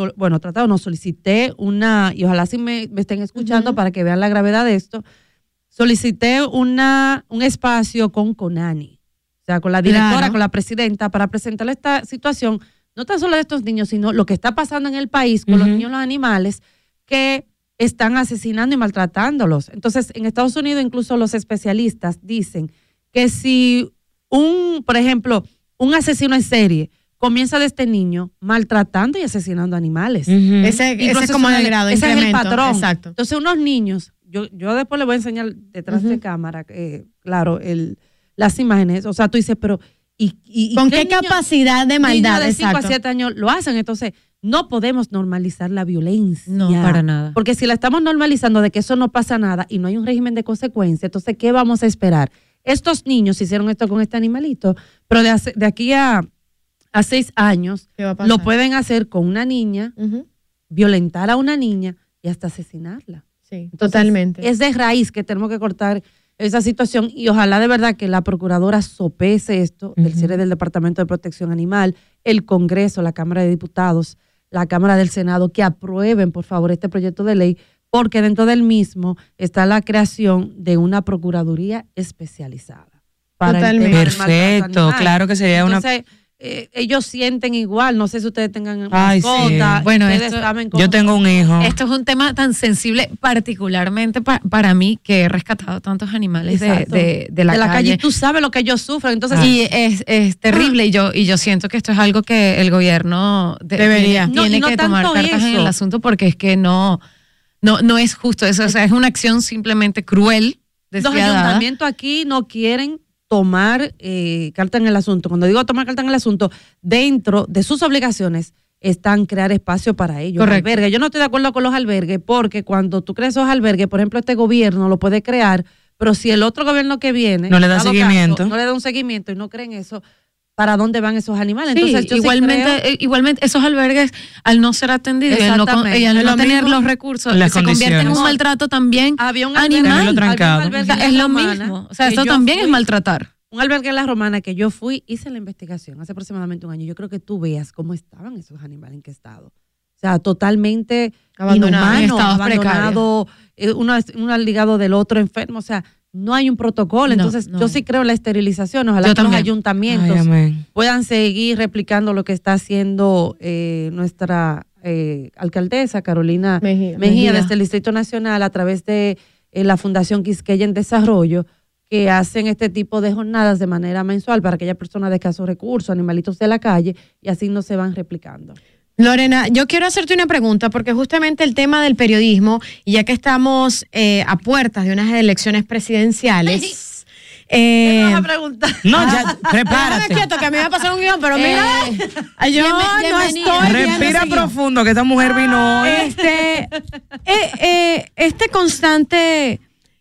solicité una, y ojalá sí me estén escuchando para que vean la gravedad de esto, solicité un espacio con Conani, o sea, con la directora, Claro. con la presidenta, para presentarle esta situación, no tan solo de estos niños, sino lo que está pasando en el país con los niños y los animales que están asesinando y maltratándolos. Entonces, en Estados Unidos, incluso los especialistas dicen que si por ejemplo, un asesino en serie comienza de este niño maltratando y asesinando animales. Ese es como el grado, ese es el incremento, patrón. exacto. Entonces, unos niños, yo después le voy a enseñar detrás de cámara, claro, las imágenes. O sea, tú dices, pero ¿y ¿con qué capacidad de maldad? Niños de 5 a Exacto. 7 años lo hacen. Entonces, no podemos normalizar la violencia. No, para nada. Porque si la estamos normalizando de que eso no pasa nada y no hay un régimen de consecuencia, entonces, ¿qué vamos a esperar? Estos niños hicieron esto con este animalito, pero de aquí a 6 años lo pueden hacer con una niña, violentar a una niña y hasta asesinarla. Sí, Entonces, totalmente. Es de raíz que tenemos que cortar esa situación y ojalá de verdad que la procuradora sopese esto del cierre del Departamento de Protección Animal, el Congreso, la Cámara de Diputados, la Cámara del Senado, que aprueben por favor este proyecto de ley, porque dentro del mismo está la creación de una procuraduría especializada. Totalmente. Perfecto, claro que sería Entonces, ellos sienten igual, no sé si ustedes tengan Ay, mascota, sí. Bueno, ustedes esto- saben cómo Yo tengo un hijo. Esto es un tema tan sensible, particularmente para mí, que he rescatado tantos animales Exacto. de la calle. Y tú sabes lo que ellos sufren. Entonces, Y es terrible, y yo siento que esto es algo que el gobierno Debería. tiene y no que tomar tanto cartas en eso. el asunto, porque es que no es justo eso. O sea, es una acción simplemente cruel, los despiadada. ayuntamientos aquí no quieren tomar carta en el asunto. Cuando digo tomar carta en el asunto, dentro de sus obligaciones están crear espacio para ellos. Correcto. Albergues. Yo no estoy de acuerdo con los albergues, porque cuando tú creas esos albergues, por ejemplo, este gobierno lo puede crear, pero si el otro gobierno que viene No le da dado seguimiento. no le da un seguimiento y no creen eso, ¿para dónde van esos animales? Sí, Entonces, yo sí creo- igualmente esos albergues, al no ser atendidos y al no, Exactamente. y al Es no lo tener mismo. los recursos, Las se convierte en un condiciones. maltrato también Había un animal. Tenerlo trancado. albergue O sea, en es La lo Romana, mismo. O sea, que esto yo también es fui- maltratar. Un albergue en La Romana que yo fui, hice la investigación hace aproximadamente un año. Yo creo que tú veas cómo estaban esos animales, en qué estado. O sea, totalmente Abandonado, en inhumano, estados abandonado, uno al ligado del otro enfermo. O sea, no hay un protocolo. No, Entonces, no yo hay. sí creo en la esterilización. Ojalá Yo que los también. ayuntamientos Ay, amén. puedan seguir replicando lo que está haciendo nuestra alcaldesa Carolina Mejía desde el Distrito Nacional a través de la Fundación Quisqueya en Desarrollo, que hacen este tipo de jornadas de manera mensual para aquellas personas de escasos recursos, animalitos de la calle, y así no se van replicando. Lorena, yo quiero hacerte una pregunta porque justamente el tema del periodismo, y ya que estamos a puertas de unas elecciones presidenciales. ¿Qué me vas a preguntar? No, ya, prepárate. Déjame quieto, que a mí me va a pasar un guión, pero mira, yo no bienvenida. estoy viendo Respira ese guión. profundo, que esta mujer vino hoy. Este constante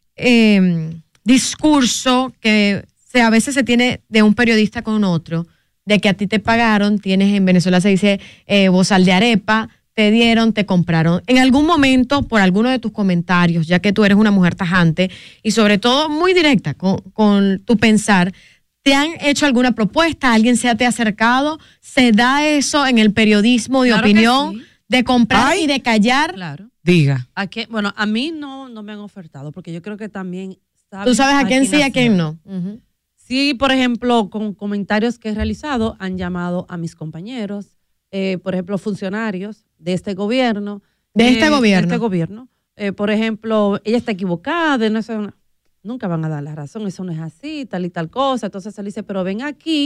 discurso que a veces se tiene de un periodista con otro, de que a ti te pagaron, tienes en Venezuela se dice bozal de arepa, te dieron, te compraron. En algún momento, por alguno de tus comentarios, ya que tú eres una mujer tajante y sobre todo muy directa con tu pensar, ¿te han hecho alguna propuesta? ¿Alguien te ha acercado? ¿Se da eso en el periodismo de Claro que opinión? sí. De comprar Ay. y de callar. Claro. Diga. Bueno, a mí no me han ofertado, porque yo creo que también Tú sabes a quién sí y a hacer. quién no. Sí, por ejemplo, con comentarios que he realizado, han llamado a mis compañeros, por ejemplo, funcionarios de este gobierno. De este gobierno. De este gobierno. Por ejemplo, ella está equivocada, nunca van a dar la razón, eso no es así, tal y tal cosa. Entonces se le dice, pero ven aquí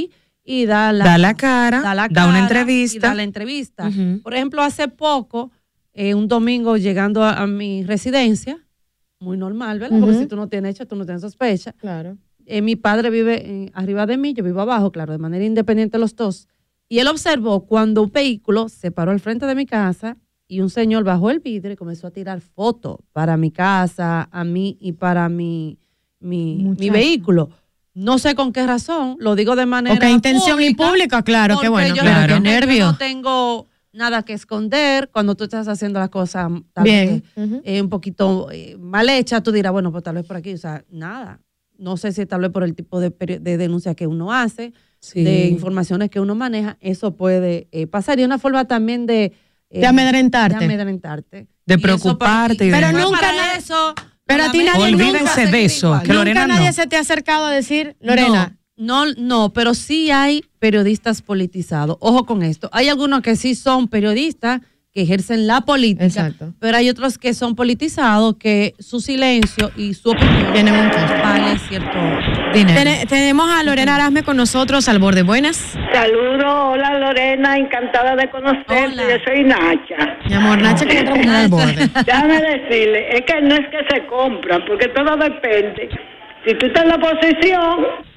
y da la cara, da una entrevista. Y da la entrevista. Por ejemplo, hace poco, un domingo llegando a mi residencia, muy normal, ¿verdad? Porque si tú no tienes hecho, tú no tienes sospecha. Claro. Mi padre vive arriba de mí, yo vivo abajo, claro, de manera independiente los dos. Y él observó cuando un vehículo se paró al frente de mi casa y un señor bajó el vidrio y comenzó a tirar fotos para mi casa, a mí y para mi vehículo. No sé con qué razón, lo digo de manera porque intención y pública, claro, qué bueno. Yo Claro. no tengo nada que esconder. Cuando tú estás haciendo las cosas tal vez, un poquito mal hechas, tú dirás, bueno, pues tal vez por aquí, o sea, nada. No sé si tal vez por el tipo de denuncia que uno hace, de informaciones que uno maneja, eso puede pasar. Y una forma también de amedrentarte. De preocuparte. Pero demás. nunca eso. Pero a ti nadie olvídense de eso. Que Lorena nunca nadie no. se te ha acercado a decir, Lorena. No, pero sí hay periodistas politizados. Ojo con esto. Hay algunos que sí son periodistas que ejercen la política, Exacto. pero hay otros que son politizados que su silencio y su opinión tienen un costo. Vale cierto dinero. Tenemos a Lorena Arasme con nosotros al borde. Buenas. Saludos, hola Lorena, encantada de conocerte. Yo soy Nacha. Mi amor, Nacha que otra mujer al borde. Déjame decirle, es que no es que se compran, porque todo depende. Si tú estás en la oposición,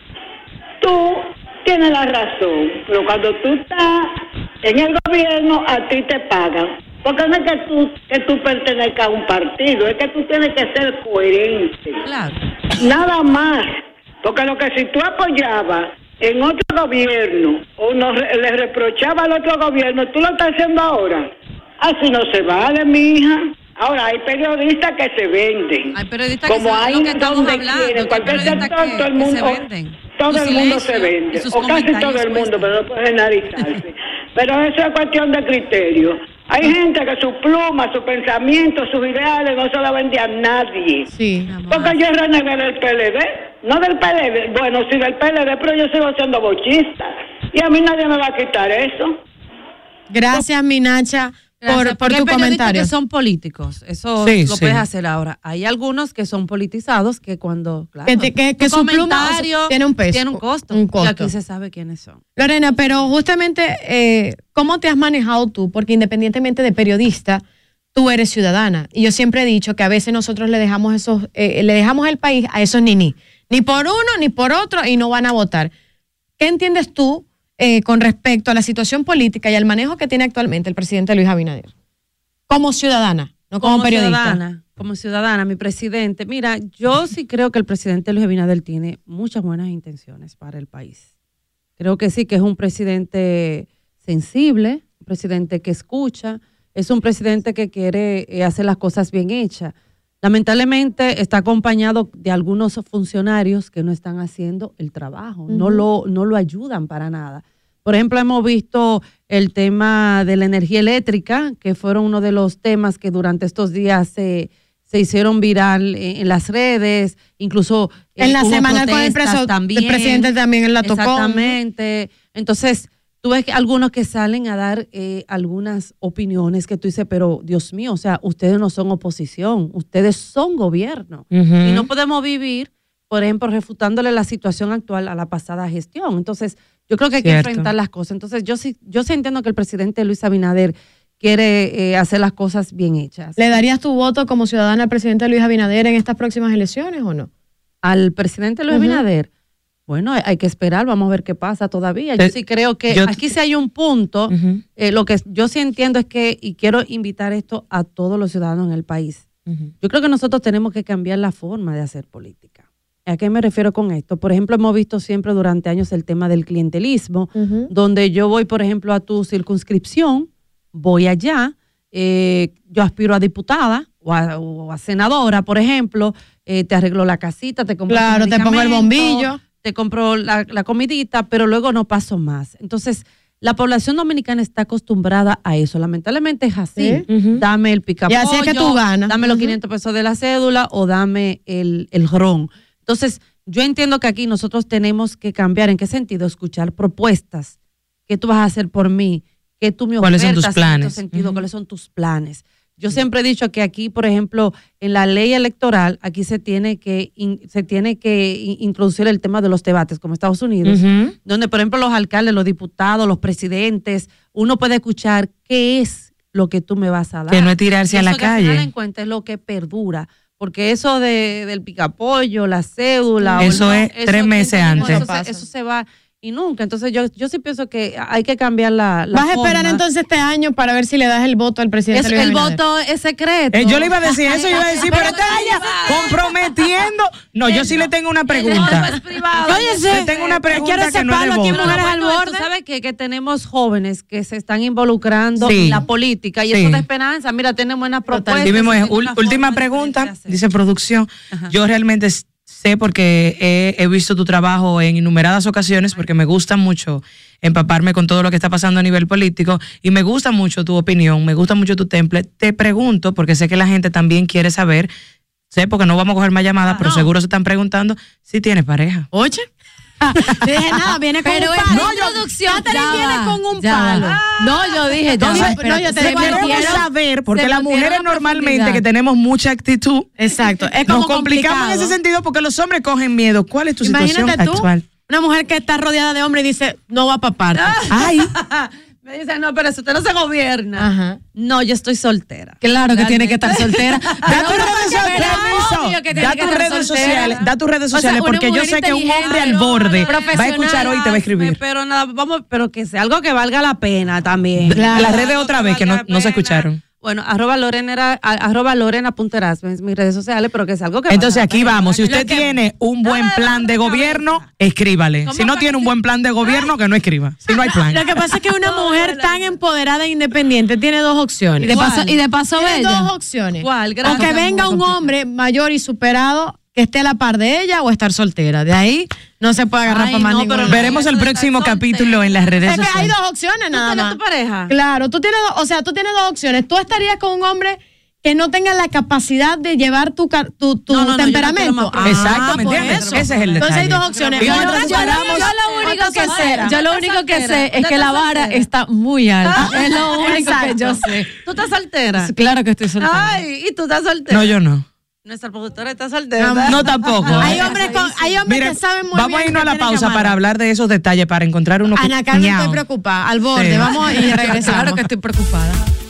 tú tienes la razón, pero cuando tú estás en el gobierno, a ti te pagan. Porque no es que tú pertenezcas a un partido, es que tú tienes que ser coherente. Claro. Nada más. Porque lo que si tú apoyabas en otro gobierno o le reprochaba al otro gobierno, tú lo estás haciendo ahora. Así no se vale, mija. Ahora, hay periodistas que se venden. Hay periodistas como que hay lo que estamos donde hablando, quieren, que cualquier periodistas sector, que todo el mundo, se venden. todo Su el mundo se silencio vende. y sus O casi todo comentarios el mundo, cuestan. pero no puede generalizarse. Pero eso es cuestión de criterio. Hay gente que su pluma, su pensamiento, sus ideales no se lo vende a nadie. Sí. Porque yo renegué del PLD, no del PLD, bueno, sí del PLD, pero yo sigo siendo bochista. Y a mí nadie me va a quitar eso. Gracias, mi Nacha, por Porque hay tu periodistas comentario. que son políticos, eso Sí, lo sí. puedes hacer ahora. Hay algunos que son politizados que cuando, claro, Que tu su pluma comentario tiene un peso. tiene un costo. Un costo. Y aquí se sabe quiénes son. Lorena, pero justamente, ¿cómo te has manejado tú? Porque independientemente de periodista, tú eres ciudadana. Y yo siempre he dicho que a veces nosotros le dejamos el país a esos ni por uno ni por otro y no van a votar. ¿Qué entiendes tú con respecto a la situación política y al manejo que tiene actualmente el presidente Luis Abinader? Como ciudadana, no como periodista. Como ciudadana, mi presidente. Mira, yo sí creo que el presidente Luis Abinader tiene muchas buenas intenciones para el país. Creo que sí, que es un presidente sensible, un presidente que escucha, es un presidente que quiere hacer las cosas bien hechas. Lamentablemente está acompañado de algunos funcionarios que no están haciendo el trabajo, no lo ayudan para nada. Por ejemplo, hemos visto el tema de la energía eléctrica, que fueron uno de los temas que durante estos días se hicieron viral en las redes, incluso en la hubo semana con el presidente también la tocó. Exactamente. Entonces, tú ves que algunos que salen a dar algunas opiniones que tú dices, pero Dios mío, o sea, ustedes no son oposición, ustedes son gobierno. Y no podemos vivir, por ejemplo, refutándole la situación actual a la pasada gestión. Entonces, yo creo que hay que enfrentar las cosas. Entonces, yo sí entiendo que el presidente Luis Abinader quiere hacer las cosas bien hechas. ¿Le darías tu voto como ciudadana al presidente Luis Abinader en estas próximas elecciones o no? Al presidente Luis Abinader, bueno, hay que esperar, vamos a ver qué pasa todavía. Yo sí creo que aquí sí hay un punto, lo que yo sí entiendo es que, y quiero invitar esto a todos los ciudadanos en el país, yo creo que nosotros tenemos que cambiar la forma de hacer política. ¿A qué me refiero con esto? Por ejemplo, hemos visto siempre durante años el tema del clientelismo, donde yo voy, por ejemplo, a tu circunscripción, voy allá, yo aspiro a diputada o a senadora, por ejemplo, te arreglo la casita, te compro te pongo el bombillo, te compro la comidita, pero luego no paso más. Entonces, la población dominicana está acostumbrada a eso. Lamentablemente es así. Dame el picapollo, y así es que tú ganas. Dame los 500 pesos de la cédula o dame el ron. Entonces, yo entiendo que aquí nosotros tenemos que cambiar. ¿En qué sentido? Escuchar propuestas. ¿Qué tú vas a hacer por mí? ¿Qué tú me ofertas? ¿Cuáles son tus planes? ¿Cuáles son tus planes? Yo siempre he dicho que aquí, por ejemplo, en la ley electoral, aquí se tiene que introducir el tema de los debates, como Estados Unidos, donde, por ejemplo, los alcaldes, los diputados, los presidentes, uno puede escuchar qué es lo que tú me vas a dar. Que no es tirarse a la calle. Eso que en cuenta es lo que perdura. Porque eso del picapollo, la cédula... Eso es 3 meses antes. Eso se va... Y nunca, entonces yo sí pienso que hay que cambiar la ¿Vas a forma. esperar entonces este año para ver si le das el voto al presidente? El voto es secreto. Yo le iba a decir eso, yo iba a decir, pero está ella comprometiendo. No, yo sí le tengo una pregunta. Oye, le tengo una pregunta que no es del aquí voto. Mujeres al Borde. ¿Tú sabes qué? Que tenemos jóvenes que se están involucrando Sí. en la política y Sí. eso da esperanza. Mira, tenemos buenas propuestas. Sí mismo es. tenemos una Última forma pregunta, dice producción. Yo realmente sé porque he visto tu trabajo en innumeradas ocasiones porque me gusta mucho empaparme con todo lo que está pasando a nivel político y me gusta mucho tu opinión, me gusta mucho tu temple. Te pregunto, porque sé que la gente también quiere saber, sé porque no vamos a coger más llamadas, pero seguro se están preguntando si tienes pareja. Oye. Te dije nada, viene con Pero un en palo. introducción, Viene con un ya va. palo. No, yo dije, Entonces, pero yo te digo, queremos saber, porque se las metieron mujeres a normalmente profundidad. que tenemos mucha actitud, exacto, es como nos complicamos en complicado. ese sentido porque los hombres cogen miedo. ¿Cuál es tu situación Imagínate tú, actual? una mujer que está rodeada de hombres y dice, no va a papar. Ay. Me dicen, no, pero si usted no se gobierna. No, yo estoy soltera. Claro que tiene que estar soltera. Da tus redes sociales, porque yo sé que un hombre al borde va a escuchar hoy y te va a escribir. Pero nada, pero que sea algo que valga la pena también. Las redes otra vez que no se escucharon. Bueno, @Lorena.Erasme es mis redes sociales, pero que sea algo que Entonces valga la aquí pena. vamos, si usted tiene un buen plan de gobierno, escríbale. Si no tiene un buen plan de gobierno, que no escriba. Si no hay plan. Lo que pasa es que una mujer tan empoderada e independiente tiene dos opciones. Y de paso tiene bella. dos opciones. ¿Cuál? O Gracias. que venga un hombre mayor y superado que esté a la par de ella o estar soltera. De ahí no se puede agarrar para más ningún. Veremos el próximo capítulo en las redes Es que hay sociales. dos opciones nada ¿Tú tienes más. tu pareja? Claro, tú tienes tú tienes dos opciones. Tú estarías con un hombre que no tenga la capacidad de llevar tu temperamento. Exacto, ¿me por entiendes? eso. Ese es el detalle. Entonces hay dos opciones. Y O nosotros estás paramos- soltera, Yo lo único que sé es que la vara está muy alta. Es lo único que yo sé. ¿Tú estás soltera? Claro que estoy soltera. Ay, ¿y tú estás soltera? No, yo no. Nuestra productora está soltera. No tampoco. Hay hombres Miren, que saben muy vamos bien a irnos a que la tienen que pausa amar. para hablar de esos detalles, para encontrar uno que... Ana Carmen, Ñao. estoy preocupada. Al borde, Sí. vamos y regresamos. Claro que estoy preocupada.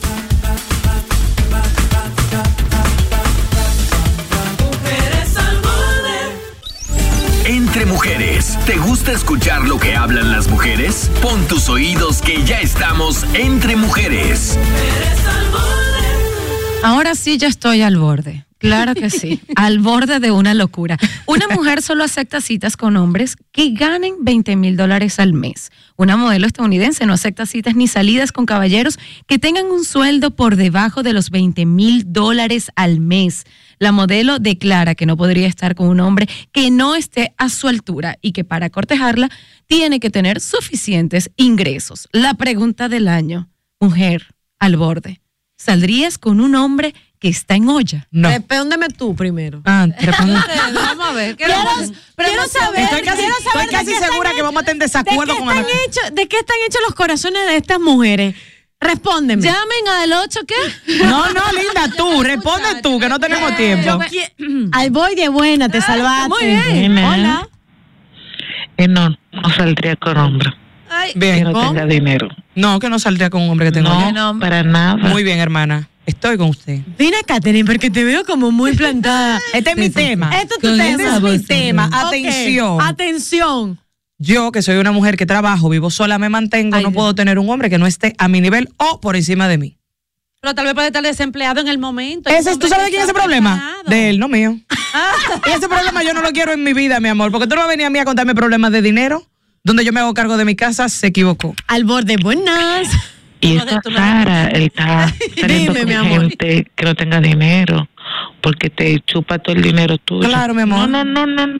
Mujeres al borde. Entre mujeres, ¿te gusta escuchar lo que hablan las mujeres? Pon tus oídos que ya estamos entre mujeres. Mujeres al borde. Ahora sí ya estoy al borde. Claro que sí, al borde de una locura. Una mujer solo acepta citas con hombres que ganen $20,000 al mes. Una modelo estadounidense no acepta citas ni salidas con caballeros que tengan un sueldo por debajo de los $20,000 al mes. La modelo declara que no podría estar con un hombre que no esté a su altura y que para cortejarla tiene que tener suficientes ingresos. La pregunta del año, mujer al borde, ¿saldrías con un hombre que está en olla? No. Respóndeme tú primero. Vamos a ver. Quiero saber. Estoy casi segura que vamos a estar en desacuerdo con Ana. ¿De qué están hechos los corazones de estas mujeres? Respóndeme. Llamen al 8, ¿qué? No, linda, tú, responde tú, que no tenemos tiempo. Al voy de buena, te salvaste. Muy bien. Hola. No saldría con hombre. Bien. Que no tenga dinero. No, que no saldría con un hombre que tenga No, para nada. Muy bien, hermana. Estoy con usted. Ven acá, Katherine, porque te veo como muy plantada. Este es mi tema. Este es tu Con tema. esa voz. tema. Ok, Atención. Atención. Yo, que soy una mujer que trabajo, vivo sola, me mantengo, no puedo tener un hombre que no esté a mi nivel o por encima de mí. Pero tal vez puede estar desempleado en el momento. ¿Tú sabes de quién es ese problema? De él, no mío. Y ese problema yo no lo quiero en mi vida, mi amor, porque tú no vas a venir a mí a contarme problemas de dinero, donde yo me hago cargo de mi casa, se equivocó. Al borde, buenas. Y esta Sara está saliendo Dime, con mi amor. gente que no tenga dinero. porque te chupa todo el dinero tuyo. Claro, mi amor. No.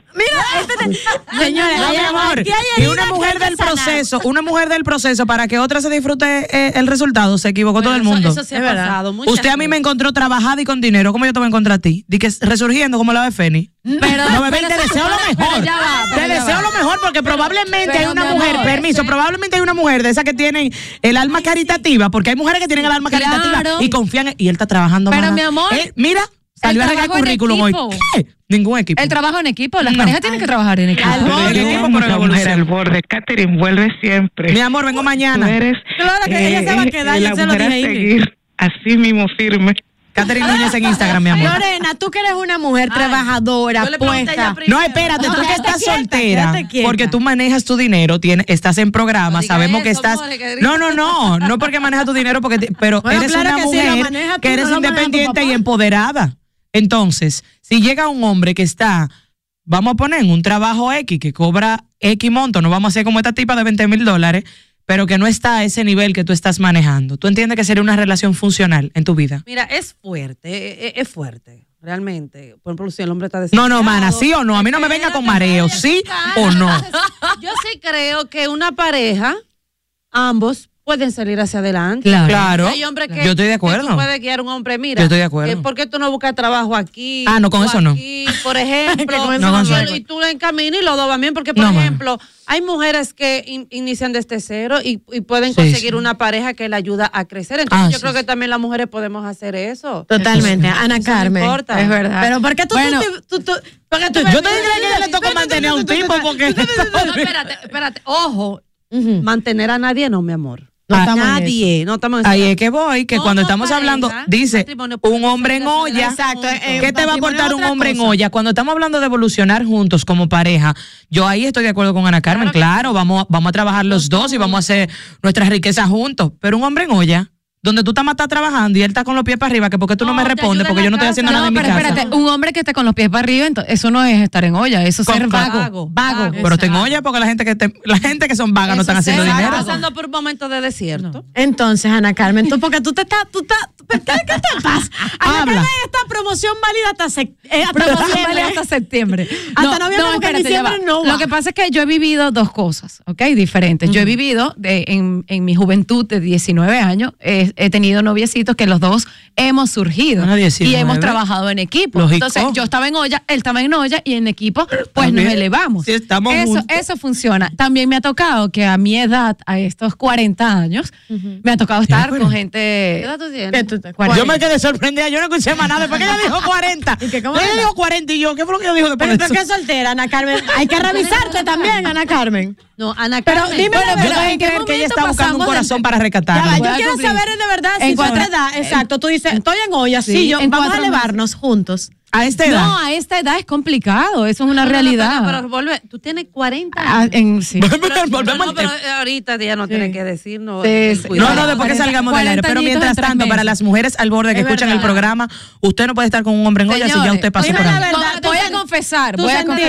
Mira, señores, No, mi amor. Y una mujer del proceso, para que otra se disfrute el resultado, se equivocó todo el mundo. Eso sí ha pasado. Usted a mí me encontró trabajada y con dinero. ¿Cómo yo te voy a encontrar a ti? Di que resurgiendo como la de Fénix. No, bebé, te deseo lo mejor. Te deseo lo mejor porque probablemente hay una mujer, probablemente hay una mujer de esas que tienen el alma caritativa, porque hay mujeres que tienen el alma caritativa y confían y él está trabajando más. Pero mi amor, mira, salió a regar el currículum hoy. ¿Qué? Ningún equipo. El trabajo en equipo, las parejas tienen que trabajar en equipo. La mujer al borde. Catherine, vuelve siempre. Mi amor, vengo mañana. Tú eres, claro que ella se va a quedar, yo se lo dije a seguir así mismo firme. Catherine Núñez en Instagram, mi amor. Lorena, tú que eres una mujer trabajadora, puesta. No, espérate, tú que estás soltera, porque tú manejas tu dinero, estás en programa, sabemos que estás... No porque manejas tu dinero, pero eres una mujer que eres independiente y empoderada. Entonces, si llega un hombre que está, vamos a poner en un trabajo X, que cobra X monto, no vamos a hacer como esta tipa de $20,000, pero que no está a ese nivel que tú estás manejando. ¿Tú entiendes que sería una relación funcional en tu vida? Mira, es fuerte, realmente. Por ejemplo, si el hombre está desesperado. No, mana, ¿sí o no? A mí no me venga con mareo, ¿sí o no? Yo sí creo que una pareja, ambos pueden salir hacia adelante. Claro. Hay hombres que, yo estoy de acuerdo. Que tú puedes guiar a un hombre, mira. Yo estoy de acuerdo. ¿Por qué tú no buscas trabajo aquí? No, con eso aquí, no. Por ejemplo, y tú le encaminas y lo dos va bien, porque, por ejemplo, hay mujeres que inician desde cero y pueden conseguir una pareja que le ayuda a crecer. Entonces yo creo que también las mujeres podemos hacer eso. Totalmente. Ana Carmen. No importa. Es verdad. Pero ¿por qué tú yo te diría que ella le toca mantener a un tipo porque... No, espérate. Ojo, mantener a nadie no, mi amor. Nadie, no estamos en ahí es que voy, que cuando estamos hablando, dice un hombre en olla. Exacto. ¿Qué te va a aportar un hombre en olla? Cuando estamos hablando de evolucionar juntos como pareja, yo ahí estoy de acuerdo con Ana Carmen. Claro, vamos a trabajar los dos y vamos a hacer nuestras riquezas juntos. Pero un hombre en olla, donde tú estás trabajando y él está con los pies para arriba, que porque tú no me respondes, porque yo no estoy haciendo nada en mi casa. Espérate, un hombre que esté con los pies para arriba, entonces, eso no es estar en olla, eso es ser vago. Pero está en olla porque la gente que son vagas no están haciendo dinero. Estás pasando por momentos de desierto. Entonces, Ana Carmen, porque tú estás, ¿qué te pasa? Ana Carmen, esta promoción válida hasta septiembre. Hasta noviembre, porque en diciembre no va. Lo que pasa es que yo he vivido dos cosas, ¿ok? Diferentes. Yo he vivido en mi juventud de 19 años, he tenido noviecitos que los dos hemos surgido y hemos trabajado en equipo. Lógico. Entonces, yo estaba en olla, él estaba en olla y en equipo, pues nos elevamos. Sí, estamos juntos. Eso funciona. También me ha tocado que a mi edad, a estos 40 años, me ha tocado estar con gente... ¿Qué edad tú tienes? Yo me quedé sorprendida, yo no escuché más nada. ¿Por qué ella dijo 40? Ella dijo 40 y yo, ¿qué fue lo que yo dijo después de eso? ¿Pero qué soltera, Ana Carmen? Hay que revisarte también, Ana Carmen. No, Ana Carmen. Pero dime la verdad, yo tengo que creer que ella está buscando un corazón para rescatarla. Yo quiero saber de verdad si su edad. Exacto, tú dices, estoy en olla, sí, vamos a elevarnos juntos. ¿A esta edad? No, a esta edad es complicado, eso es una realidad. Pero vuelve, tú tienes 40 años. Sí. Pero ahorita ya no tienes que decir, no. No, después que salgamos del aire. Pero mientras tanto, para las mujeres al borde que escuchan el programa, usted no puede estar con un hombre en olla si ya usted pasó por ahí. Voy a confesar.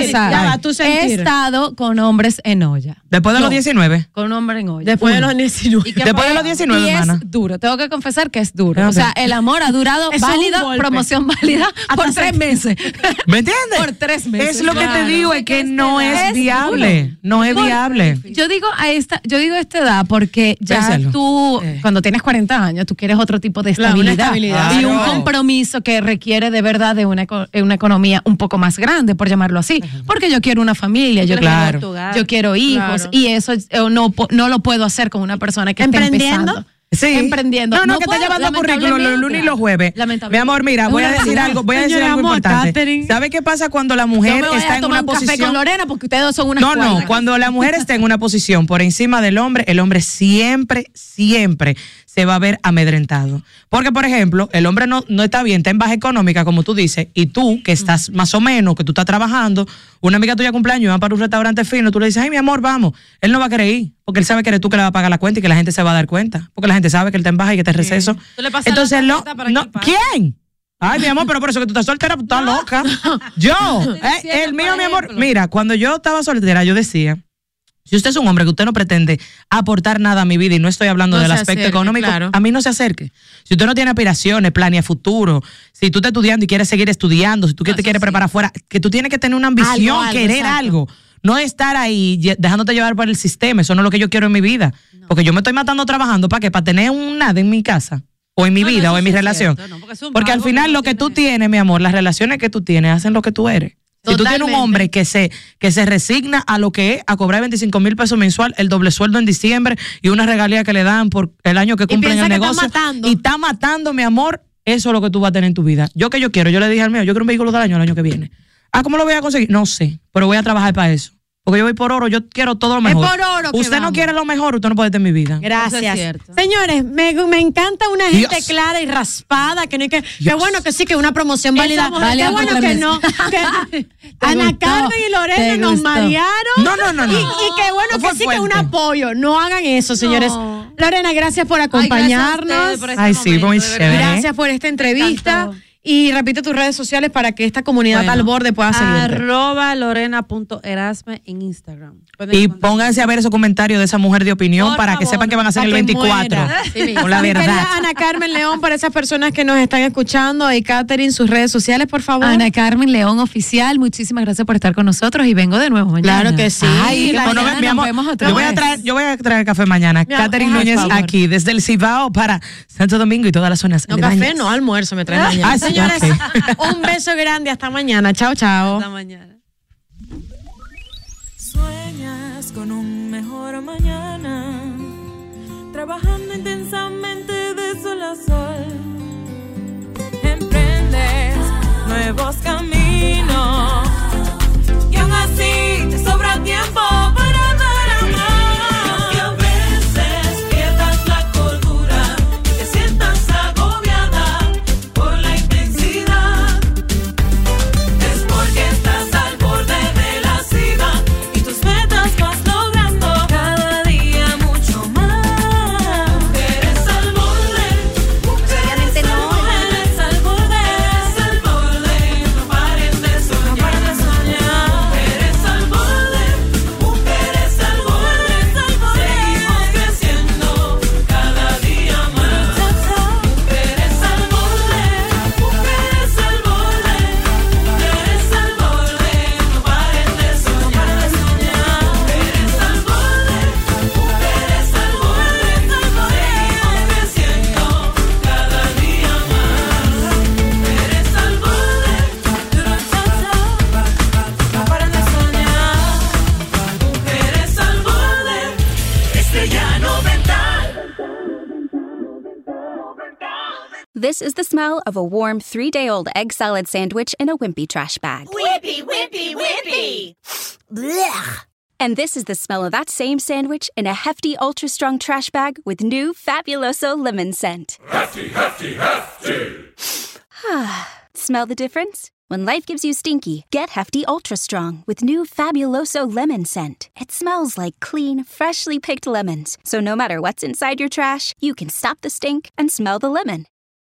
He estado con hombres en olla. ¿Después de los 19? Con un hombre en olla. Después de los 19. Después de los 19, hermana. Es duro, tengo que confesar que es duro. O sea, el amor ha durado válido, promoción válida por 3 meses. ¿Me entiendes? Por 3 meses. Es lo que te digo, es que no es viable. No es viable. Yo digo a esta edad porque ya tú, cuando tienes 40 años, tú quieres otro tipo de estabilidad. Y un compromiso que requiere de verdad de una economía un poco más grande, por llamarlo así. Porque yo quiero una familia, yo quiero hijos, y eso no lo puedo hacer con una persona que está empezando. Sí. Emprendiendo. No, que está llevando currículum los lunes y los jueves. Mi amor, mira, voy a decir algo importante. Catherine. ¿Sabe qué pasa cuando la mujer está en una posición? Café con Lorena porque ustedes son una No, cuando la mujer está en una posición por encima del hombre, el hombre siempre se va a ver amedrentado. Porque, por ejemplo, el hombre no está bien, está en baja económica, como tú dices, y tú, que estás más o menos, que tú estás trabajando, una amiga tuya cumpleaños va para un restaurante fino, tú le dices, ay, mi amor, vamos. Él no va a querer ir, porque él sabe que eres tú que le vas a pagar la cuenta y que la gente se va a dar cuenta. Porque la gente sabe que él está en baja y que está en receso. Entonces, ¿quién? Ay, mi amor, pero por eso que tú estás soltera, tú estás loca. Yo, el mío, mi amor. Mira, cuando yo estaba soltera, yo decía, Si usted es un hombre que usted no pretende aportar nada a mi vida, y no estoy hablando No del se aspecto acerque, económico, claro. a mí no se acerque. Si usted no tiene aspiraciones, planea futuro, si tú estás estudiando y quieres seguir estudiando, si tú te quieres preparar afuera, que tú tienes que tener una ambición, Algo, querer exacto. algo. No estar ahí dejándote llevar por el sistema. Eso no es lo que yo quiero en mi vida. Porque yo me estoy matando trabajando, ¿para qué? Para tener un nada en mi casa, o en mi vida, o en mi relación. Porque al final lo que tú tienes, mi amor, las relaciones que tú tienes hacen lo que tú eres. Si tú tienes un hombre que se resigna a lo que es, a cobrar 25 mil pesos mensual, el doble sueldo en diciembre y una regalía que le dan por el año que cumplen el negocio, y está matando, mi amor, eso es lo que tú vas a tener en tu vida. Yo le dije al mío, yo quiero un vehículo del año el año que viene. ¿Cómo lo voy a conseguir? No sé, pero voy a trabajar para eso. Porque yo voy por oro, yo quiero todo lo mejor. Es por oro que usted no vamos. quiere lo mejor, usted no puede estar en mi vida. Gracias. Señores, me encanta una gente Dios. clara y raspada, que no hay que. Qué bueno que sí, que una promoción válida. Esa mujer Qué está bueno que tremenda. no. Que Ana gustó? Carmen y Lorena ¿Te nos gustó? marearon. No. Y qué bueno No fue que sí, que un fuerte. apoyo. No hagan eso, señores. Lorena, gracias por acompañarnos. Ay, sí, muy chévere. Gracias por esta entrevista. Y repite tus redes sociales para que esta comunidad al borde pueda seguirte. @lorena.erasme en Instagram. Y pónganse a ver esos comentarios de esa mujer de opinión Por para que favor, sepan que van a ser para el que 24. muera. Con la Mi verdad. querida Ana Carmen León, para esas personas que nos están escuchando, y Catherine, sus redes sociales, por favor. Ana Carmen León Oficial, muchísimas gracias por estar con nosotros y vengo de nuevo mañana. Claro que sí. Ay, Bueno, mañana mi nos amor, vemos otra yo voy a vez. traer café mañana. Mi amor, Catherine por Núñez favor. aquí, desde el Cibao para Santo Domingo y todas las zonas No, aledañas. café, no, almuerzo me traes mañana. Ah, sí, Señores, ok. un beso grande, hasta mañana. Chao, chao. Hasta mañana. Sueñas con un mejor mañana, trabajando intensamente de sol a sol. Emprendes nuevos caminos y aún así te sobra tiempo para dar amor. Y a veces pierdas la cordura y te sientas agobiada por la intensidad. Es porque estás al borde de la cima y tus metas vas logrando cada día mucho más. Mujeres al borde, Obviamente no. mujeres al borde, no paren de soñar, Mujeres al borde, seguimos creciendo cada día más. Mujeres al borde, mujeres al borde, no paren de soñar, Mujeres al borde, seguimos creciendo cada día más. Mujeres al borde, no paren de soñar, Mujeres al borde, Estrella 90. This is the smell of a warm 3-day-old egg salad sandwich in a Wimpy trash bag. Whippy, whippy, whippy. Blech. And this is the smell of that same sandwich in a hefty, ultra-strong trash bag with new Fabuloso lemon scent. Hefty, hefty, hefty. Smell the difference? When life gives you stinky, get Hefty Ultra Strong with new Fabuloso lemon scent. It smells like clean, freshly picked lemons. So no matter what's inside your trash, you can stop the stink and smell the lemon.